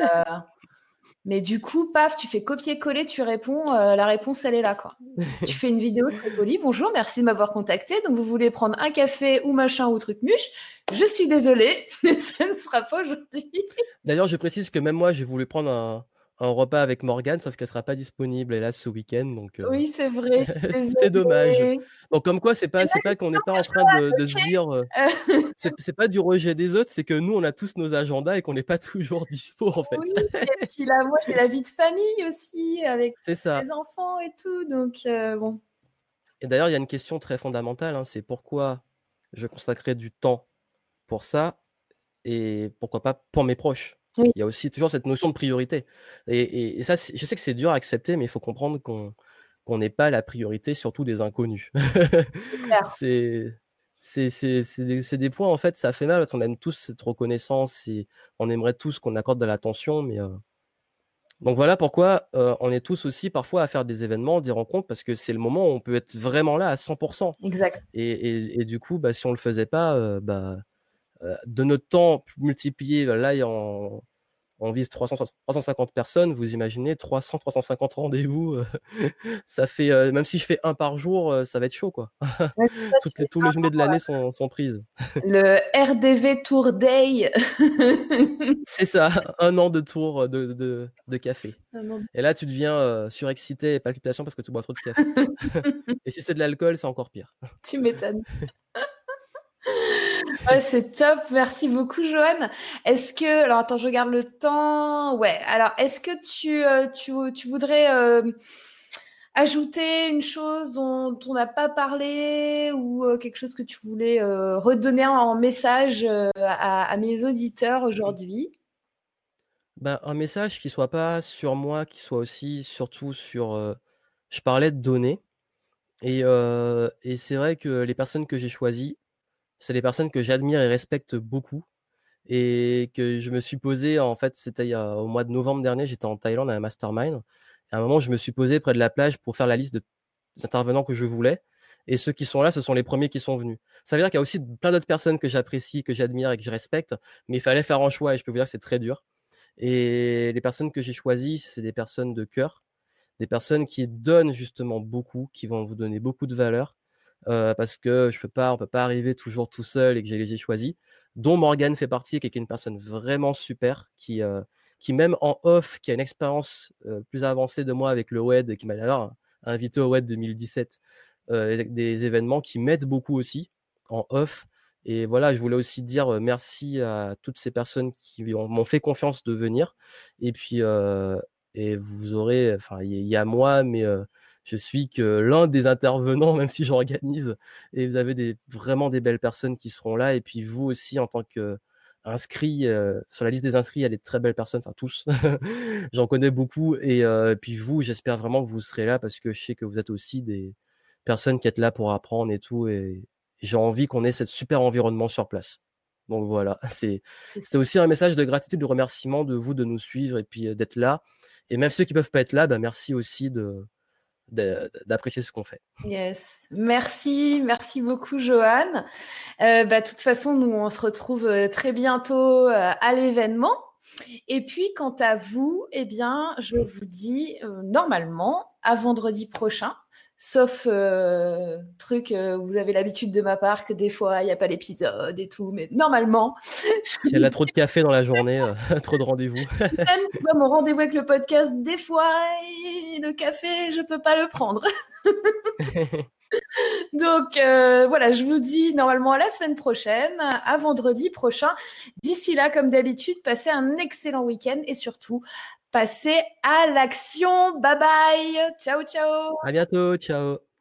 Mais du coup, paf, tu fais copier-coller, tu réponds, la réponse, elle est là, quoi. Tu fais une vidéo très polie: «Bonjour, merci de m'avoir contacté. Donc vous voulez prendre un café ou machin ou truc muche. Je suis désolée, mais ça ne sera pas aujourd'hui».
D'ailleurs, je précise que même moi, j'ai voulu prendre un repas avec Morgane, sauf qu'elle sera pas disponible, hélas, ce week-end, donc
Oui, c'est vrai, je suis
c'est dommage.
désolée.
Donc comme quoi,
Et
c'est
là,
pas qu'on n'est
l'histoire
pas
de
en train de se dire,
Joanne, OK?
c'est pas du rejet des autres, c'est que nous, on a tous nos agendas et qu'on n'est pas toujours dispo, en fait.
Oui, et puis là, moi, j'ai la vie de famille aussi avec
C'est ça.
les enfants et tout, donc bon.
Et d'ailleurs, il y a une question très fondamentale, hein, c'est pourquoi je consacrerai du temps pour ça et pourquoi pas pour mes proches?
Oui,
Il y a aussi toujours cette notion de priorité et ça, je sais que c'est dur à accepter, mais il faut comprendre qu'on n'est pas la priorité, surtout des inconnus.
c'est clair.
C'est c'est des points, en fait, ça fait mal parce qu'on aime tous cette reconnaissance et on aimerait tous qu'on accorde de l'attention, mais donc voilà pourquoi, on est tous aussi parfois à faire des événements, des rencontres, parce que c'est le moment où on peut être vraiment là à 100
Exact.
et du coup, bah, si on le faisait pas, de notre temps multiplié, là, on vise 350 personnes, vous imaginez 300-350 rendez-vous, ça fait, même si je fais un par jour, ça va être chaud, quoi.
Ouais, c'est ça, tu fais
Tous les journées de l'année sont prises.
le RDV Tour Day.
C'est ça, 1 an de tour, de café.
Ah non.
Et là, tu deviens, surexcité et palpitations parce que tu bois trop de café. Et si c'est de l'alcool, c'est encore pire.
Tu m'étonnes. Ouais, c'est top. Merci beaucoup, Joanne. Est-ce que alors attends, je regarde le temps. Ouais, alors est-ce que tu voudrais, ajouter une chose dont on n'a pas parlé ou, quelque chose que tu voulais, redonner en message, à mes auditeurs aujourd'hui?
Ben, un message qui soit pas sur moi, qui soit aussi surtout sur, je parlais de donner et c'est vrai que les personnes que j'ai choisies, c'est des personnes que j'admire et respecte beaucoup et que je me suis posé, en fait, c'était il y a au mois de novembre dernier, j'étais en Thaïlande à un mastermind. À un moment, je me suis posé près de la plage pour faire la liste des intervenants que je voulais et ceux qui sont là, ce sont les premiers qui sont venus. Ça veut dire qu'il y a aussi plein d'autres personnes que j'apprécie, que j'admire et que je respecte, mais il fallait faire un choix et je peux vous dire que c'est très dur. Et les personnes que j'ai choisies, c'est des personnes de cœur, des personnes qui donnent justement beaucoup, qui vont vous donner beaucoup de valeur, parce que on peut pas arriver toujours tout seul et que je les ai choisis, dont Morgane fait partie, qui est une personne vraiment super, qui même en off, qui a une expérience, plus avancée de moi avec le WED et qui m'a d'ailleurs invité au WED 2017, avec des événements qui m'aident beaucoup aussi, en off. Et voilà, je voulais aussi dire, merci à toutes ces personnes qui m'ont fait confiance de venir et puis, et vous aurez enfin, il y a moi, mais, je suis que l'un des intervenants, même si j'organise, et vous avez vraiment des belles personnes qui seront là et puis vous aussi en tant qu'inscrits, sur la liste des inscrits, il y a des très belles personnes, enfin tous, j'en connais beaucoup et puis vous, j'espère vraiment que vous serez là parce que je sais que vous êtes aussi des personnes qui êtes là pour apprendre et tout et j'ai envie qu'on ait cet super environnement sur place. Donc voilà,
C'est
c'était aussi un message de gratitude, de remerciement de vous de nous suivre et puis, d'être là et même ceux qui peuvent pas être là, bah, merci aussi d'apprécier ce qu'on fait.
yes. Merci beaucoup, Johan. De toute façon, nous, on se retrouve très bientôt à l'événement. Et puis, quant à vous, eh bien, je vous dis normalement à vendredi prochain. Sauf truc, vous avez l'habitude de ma part que des fois, il n'y a pas l'épisode et tout. Mais normalement,
Si elle a trop de café dans la journée, trop de rendez-vous.
même, tu vois, mon rendez-vous avec le podcast, des fois, le café, je peux pas le prendre. Donc voilà, je vous dis normalement à la semaine prochaine, à vendredi prochain. D'ici là, comme d'habitude, passez un excellent week-end et surtout, passez à l'action. Bye bye. Ciao, ciao.
À bientôt, ciao.